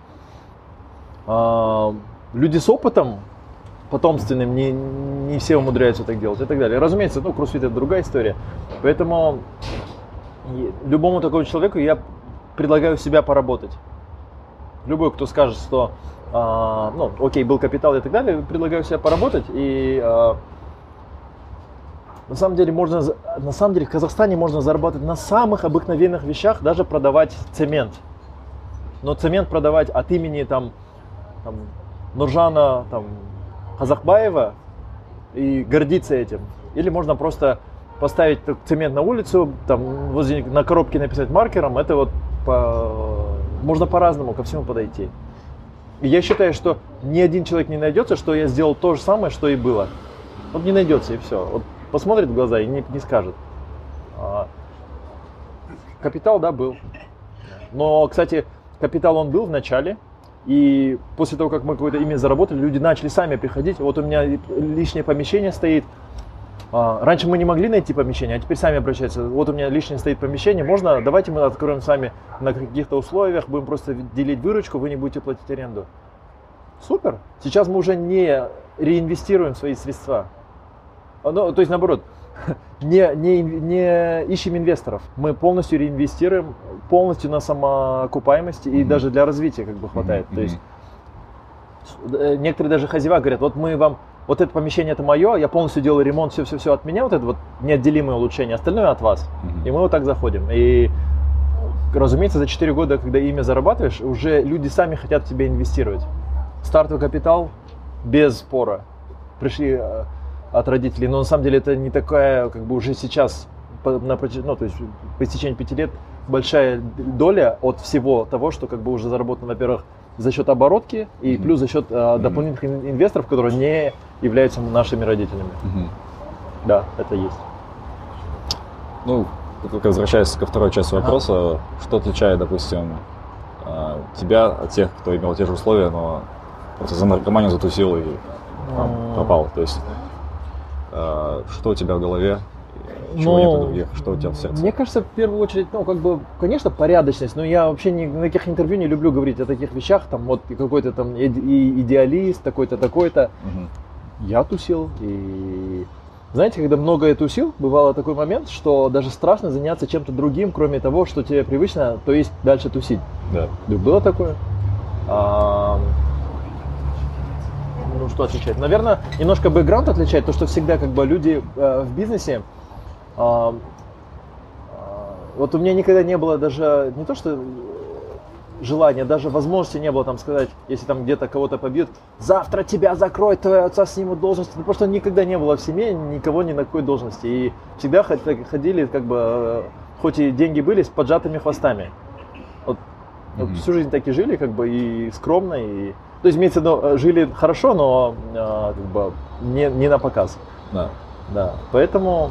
А, люди с опытом потомственным, не, не все умудряются так делать и так далее. Разумеется, ну, кроссфит это другая история. Поэтому любому такому человеку я предлагаю себя поработать. Любой, кто скажет, что э, ну, окей, был капитал и так далее, предлагаю себя поработать. И э, на самом деле можно, на самом деле в Казахстане можно зарабатывать на самых обыкновенных вещах, даже продавать цемент. Но цемент продавать от имени там, там Нуржана там, Казахбаева и гордиться этим. Или можно просто поставить цемент на улицу, там возле на коробке написать маркером, это вот по, можно по-разному ко всему подойти. И я считаю, что ни один человек не найдется, что я сделал то же самое, что и было. Вот не найдется и все. Вот посмотрит в глаза и не, не скажет. А, капитал, да, был. Но, кстати, капитал он был в начале. И после того, как мы какое-то имя заработали, люди начали сами приходить. Вот у меня лишнее помещение стоит. Раньше мы не могли найти помещение, а теперь сами обращаются. Вот у меня лишнее стоит помещение, можно, давайте мы откроем с вами на каких-то условиях, будем просто делить выручку, вы не будете платить аренду. Супер! Сейчас мы уже не реинвестируем свои средства. Ну, то есть наоборот, не, не, не ищем инвесторов. Мы полностью реинвестируем, полностью на самоокупаемости и mm-hmm. даже для развития как бы хватает. Mm-hmm. То есть некоторые даже хозяева говорят, вот мы вам вот это помещение это мое, я полностью делаю ремонт, все-все-все от меня, вот это вот неотделимое улучшение, остальное от вас. Mm-hmm. И мы вот так заходим. И разумеется, за четыре года, когда имя зарабатываешь, уже люди сами хотят в тебя инвестировать. Стартовый капитал без спора. Пришли э, от родителей, но на самом деле это не такая, как бы уже сейчас, по, на, ну, то есть по истечении пяти лет, большая доля от всего того, что как бы уже заработано, во-первых, за счет оборотки и mm-hmm. плюс за счет э, дополнительных mm-hmm. инвесторов, которые не являются нашими родителями. Mm-hmm. Да, это есть. Ну, только возвращаясь ко второй части вопроса, ага. что отличает, допустим, тебя от тех, кто имел те же условия, но просто за наркоманию затусил и там, пропал? То есть, что у тебя в голове, чего ну, нет у других, что у тебя в сердце? Мне кажется, в первую очередь, ну, как бы, конечно, порядочность, но я вообще ни, на таких интервью не люблю говорить о таких вещах, там, вот какой-то там идеалист, такой-то, такой-то. Угу. Я тусил и... Знаете, когда много тусил, бывало такой момент, что даже страшно заняться чем-то другим, кроме того, что тебе привычно, то есть дальше тусить. Да. Было такое. А, ну, что отличает? Наверное, немножко бэкграунд отличает, то, что всегда как бы люди э, в бизнесе, а, а, вот у меня никогда не было даже, не то что желания, даже возможности не было там сказать, если там где-то кого-то побьют, завтра тебя закроют, твоего отца снимут должность. Ну, просто никогда не было в семье никого ни на какой должности. И всегда ходили, как бы, хоть и деньги были, с поджатыми хвостами. Вот, mm-hmm. вот всю жизнь так и жили, как бы, и скромно, и... То есть, имеется в виду, жили хорошо, но как бы, не, не на показ. Да. Да. Поэтому,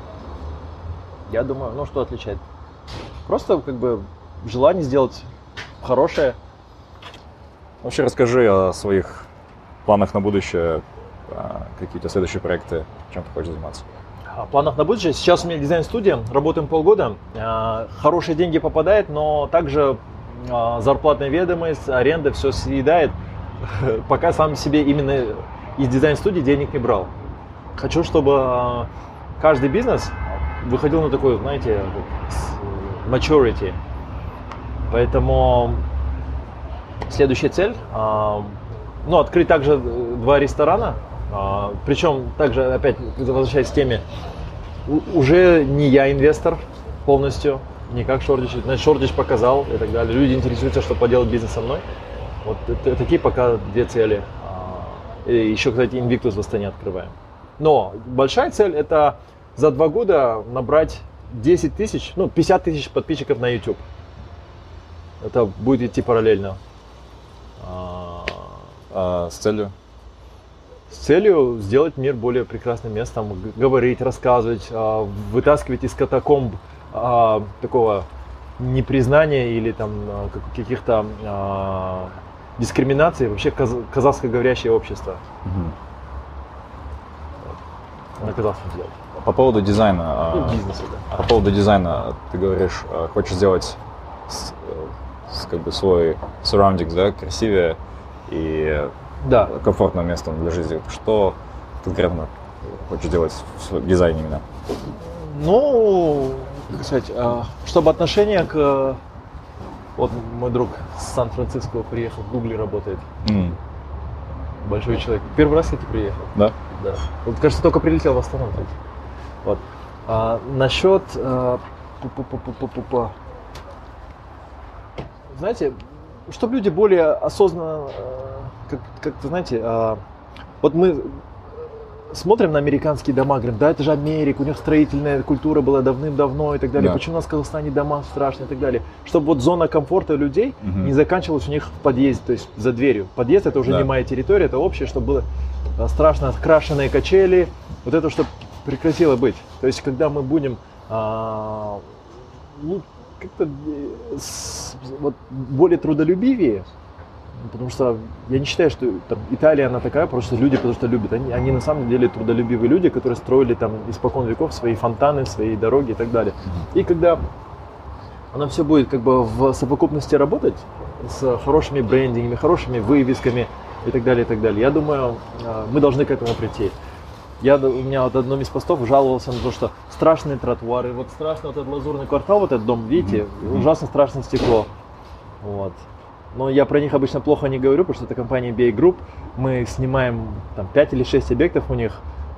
я думаю, ну, что отличает? Просто, как бы, желание сделать хорошее. Вообще расскажи о своих планах на будущее, какие у тебя следующие проекты, чем ты хочешь заниматься. О планах на будущее. Сейчас у меня дизайн-студия, работаем полгода. Хорошие деньги попадают, но также зарплатная ведомость, аренда, все съедает. Пока сам себе именно из дизайн-студии денег не брал. Хочу, чтобы каждый бизнес выходил на такой, знаете, maturity. Поэтому следующая цель, э, ну, открыть также два ресторана, э, причем также, опять возвращаясь к теме, у, уже не я инвестор полностью, не как Шордич, значит, Шордич показал и так далее. Люди интересуются, что поделать бизнес со мной. Вот это, такие пока две цели. Э, и еще, кстати, Invictus в Астане открываем. Но большая цель — это за два года набрать десять тысяч, ну, пятьдесят тысяч подписчиков на YouTube. Это будет идти параллельно. А, а с целью? С целью сделать мир более прекрасным местом, говорить, рассказывать, вытаскивать из катакомб такого непризнания или там каких-то дискриминаций вообще казахскоговорящее общество. Угу. На казахском сделать. По поводу дизайна. И бизнеса, да. По поводу дизайна ты говоришь, хочешь сделать как бы свой surroundings, да, красивее и да. комфортным местом для жизни. Что конкретно хочешь делать в дизайне именно? Ну, как сказать, чтобы отношение к... Вот мой друг с Сан-Франциско приехал, в Гугле работает. Mm. Большой человек. Первый раз, кстати, приехал. Да? Да. Вот, кажется, только прилетел в Астану. Вот. А, насчет... А, пу-пу-пу-пу-пу-пу. Знаете, чтобы люди более осознанно, как, как-то, знаете, вот мы смотрим на американские дома, говорим, да, это же Америка, у них строительная культура была давным-давно и так далее, да. Почему у нас в Казахстане дома страшные и так далее. Чтобы вот зона комфорта людей угу. не заканчивалась у них в подъезде, то есть за дверью. Подъезд — это уже да. не моя территория, это общее, чтобы было страшно крашеные качели, вот это, чтобы прекратило быть. То есть когда мы будем... А, ну, как-то с, вот, более трудолюбивее, потому что я не считаю, что там, Италия, она такая, просто люди потому что любят. Они, они на самом деле трудолюбивые люди, которые строили там испокон веков свои фонтаны, свои дороги и так далее. И когда оно все будет как бы в совокупности работать с хорошими брендингами, хорошими вывесками и так далее, и так далее, я думаю, мы должны к этому прийти. Я, у меня вот одном из постов жаловался на то, что страшные тротуары, вот страшный вот этот лазурный квартал, вот этот дом, видите, mm-hmm. ужасно страшное стекло. Вот. Но я про них обычно плохо не говорю, потому что это компания би эй Group. Мы снимаем там пять или шесть объектов у них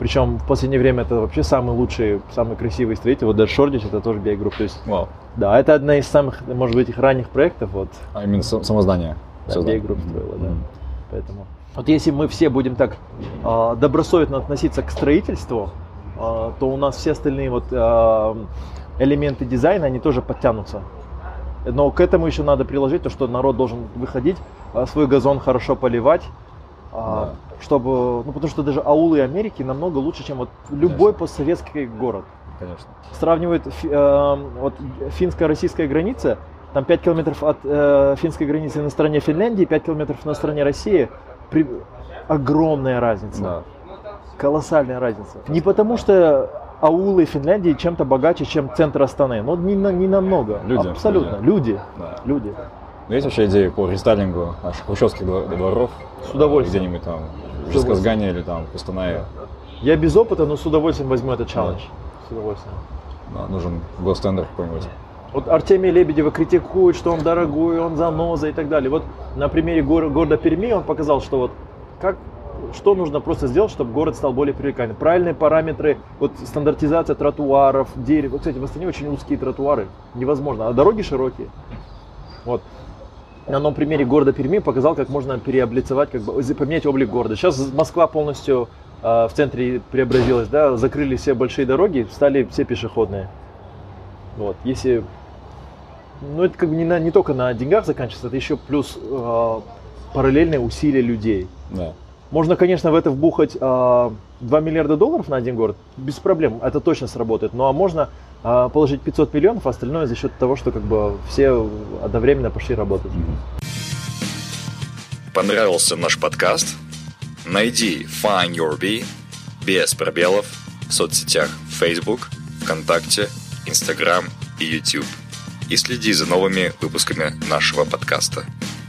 Причем в последнее время это вообще самый лучший, самый красивый строитель. Вот даже Шордич, это тоже би ай Group. То есть, Вау. да, это одна из самых, может быть, их ранних проектов. Вот. А именно само здание? Да, би ай Group строила, да. Поэтому. Вот если мы все будем так э, добросовестно относиться к строительству, э, то у нас все остальные вот э, элементы дизайна, они тоже подтянутся. Но к этому еще надо приложить то, что народ должен выходить, э, свой газон хорошо поливать, э, да. чтобы, ну потому что даже аулы Америки намного лучше, чем вот любой постсоветский город. Конечно. Сравнивают э, вот финско-российская граница, там пять километров от э, финской границы на стороне Финляндии, пять километров на стороне России. При... Огромная разница. Да. Колоссальная разница. Не потому что аулы Финляндии чем-то богаче, чем центр Астаны. Но не, не намного. Люди. Абсолютно. Люди. Люди. Да. Люди. Но есть вообще идеи по рестайлингу наших хрущевских дворов? С удовольствием. Где-нибудь там в Жесказгане или там в Костанае? Я без опыта, но с удовольствием возьму этот челлендж. Да. С удовольствием. Да, нужен гостендер какой-нибудь. Вот Артемия Лебедева критикует, что он дорогой, он заноза и так далее. Вот на примере гор- города Перми он показал, что вот как, что нужно просто сделать, чтобы город стал более привлекательным. Правильные параметры, вот стандартизация тротуаров, дерева. Вот, кстати, в Астане очень узкие тротуары, невозможно, а дороги широкие. Вот. На одном примере города Перми показал, как можно переоблицевать, как бы поменять облик города. Сейчас Москва полностью э, в центре преобразилась, да, закрыли все большие дороги, стали все пешеходные. Вот, если, ну это как бы не, на, не только на деньгах заканчивается, это еще плюс э, параллельные усилия людей. Да. Можно, конечно, в это вбухать э, два миллиарда долларов на один город, без проблем, это точно сработает. Ну а можно э, положить пятьсот миллионов, а остальное за счет того, что как бы все одновременно пошли работать. Понравился наш подкаст? Найди Find Your Bee без пробелов в соцсетях Facebook, ВКонтакте, Instagram и YouTube и следи за новыми выпусками нашего подкаста.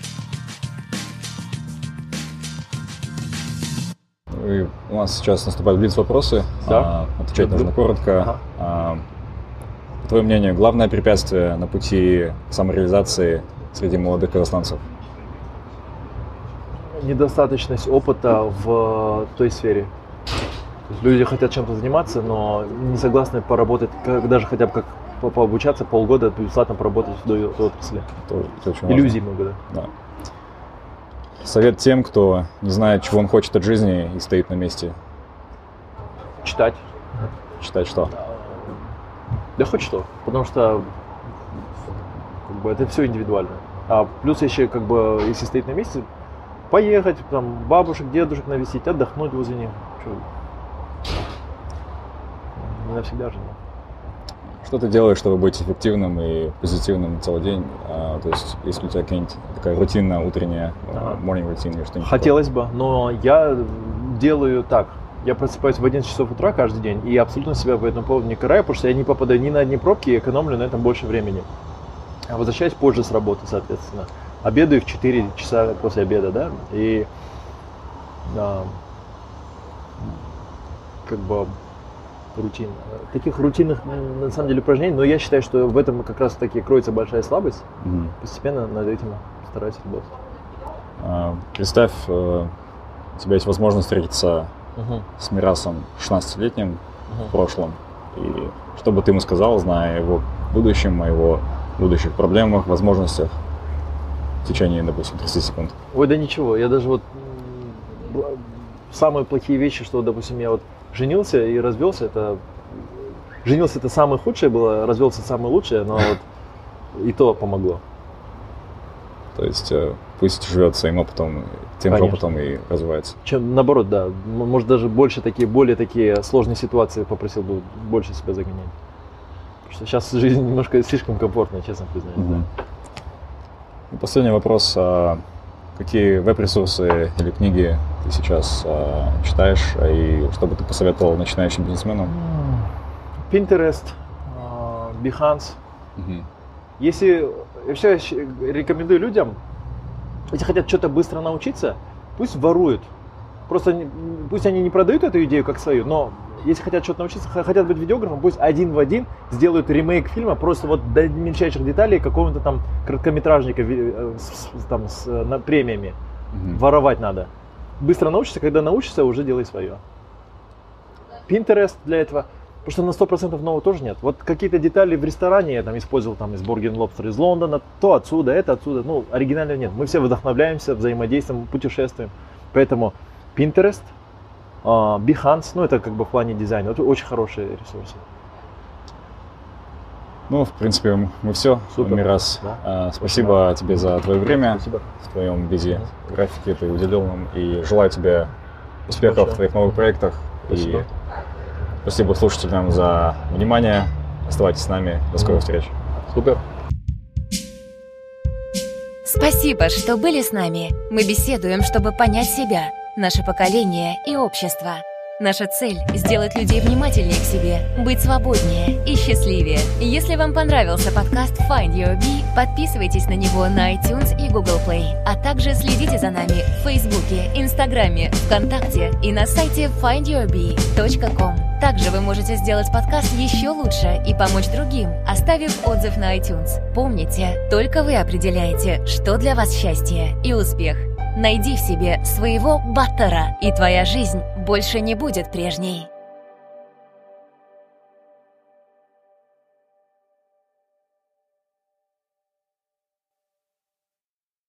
И у нас сейчас наступают блиц-вопросы. Да. А, отвечать нужно коротко. Ага. А, по твоему мнению, главное препятствие на пути к самореализации среди молодых казахстанцев? Недостаточность опыта в той сфере. То есть люди хотят чем-то заниматься, но не согласны поработать, как, даже хотя бы как по, пообучаться полгода, бесплатно поработать в той, той отрасли. Это, это очень Иллюзий важно. много, да. Да. Совет тем, кто не знает, чего он хочет от жизни и стоит на месте. Читать. Читать что? Да хоть что, потому что как бы, это все индивидуально. А плюс еще, как бы, если стоит на месте, поехать, там, бабушек, дедушек навестить, отдохнуть возле них. Что? Не навсегда же. Что ты делаешь, чтобы быть эффективным и позитивным целый день? А, то есть, если у тебя какая-нибудь такая рутинная утренняя, ага. morning routine или что-нибудь Хотелось такое? бы, но я делаю так. Я просыпаюсь в одиннадцать часов утра каждый день и абсолютно себя по этому поводу не караю, потому что я не попадаю ни на одни пробки и экономлю на этом больше времени. А возвращаюсь позже с работы, соответственно. Обедаю в четыре часа после обеда, да, и а, как бы рутин. Таких рутинных, на самом деле, упражнений, но я считаю, что в этом как раз таки кроется большая слабость. Mm-hmm. Постепенно над этим стараюсь работать. А, представь, у тебя есть возможность встретиться uh-huh. с Мирасом шестнадцатилетним uh-huh. в прошлом. И что бы ты ему сказал, зная его будущем, о его будущих проблемах, возможностях в течение, допустим, тридцать секунд? Ой, да ничего. Я даже вот самые плохие вещи, что, допустим, я вот женился и развелся, это женился это самое худшее было, развелся самое лучшее, но вот и то помогло. То есть пусть живет своим опытом, тем же опытом и развивается. Чем, наоборот, да. Может, даже больше такие, более такие сложные ситуации попросил бы больше себя загонять. Потому что сейчас жизнь немножко слишком комфортная, честно признаюсь. Угу. Да. Последний вопрос. Какие веб-ресурсы или книги ты сейчас э, читаешь, и что бы ты посоветовал начинающим бизнесменам? Pinterest, Behance. Угу. Если я вообще рекомендую людям, если хотят что-то быстро научиться, пусть воруют. Просто не, пусть они не продают эту идею как свою, но если хотят что-то научиться, хотят быть видеографом, пусть один в один сделают ремейк фильма просто вот до мельчайших деталей какого-то там короткометражника с, там, с на, премиями. Mm-hmm. Воровать надо. Быстро научишься, когда научишься, уже делай свое. Pinterest для этого, потому что на сто процентов нового тоже нет. Вот какие-то детали в ресторане я там использовал там из Borgen Lobster из Лондона, то отсюда, это отсюда, ну оригинального нет. Мы все вдохновляемся, взаимодействуем, путешествуем. Поэтому Pinterest, Behance, ну это как бы в плане дизайна, это очень хорошие ресурсы. Ну, в принципе, мы все. Супер. Мирас, Да. а, спасибо Очень тебе за твое время, Спасибо. в твоем бизи графике ты уделил нам, и желаю тебе успехов Большое. в твоих новых проектах. Спасибо. И спасибо слушателям за внимание. Оставайтесь с нами. До скорых встреч. Супер. Спасибо, что были с нами. Мы беседуем, чтобы понять себя, наше поколение и общество. Наша цель – сделать людей внимательнее к себе, быть свободнее и счастливее. Если вам понравился подкаст Find Your Bee, подписывайтесь на него на iTunes и Google Play, а также следите за нами в Фейсбуке, Инстаграме, ВКонтакте и на сайте файнд юр би точка ком. Также вы можете сделать подкаст еще лучше и помочь другим, оставив отзыв на iTunes. Помните, только вы определяете, что для вас счастье и успех. Найди в себе своего баттера, и твоя жизнь больше не будет прежней.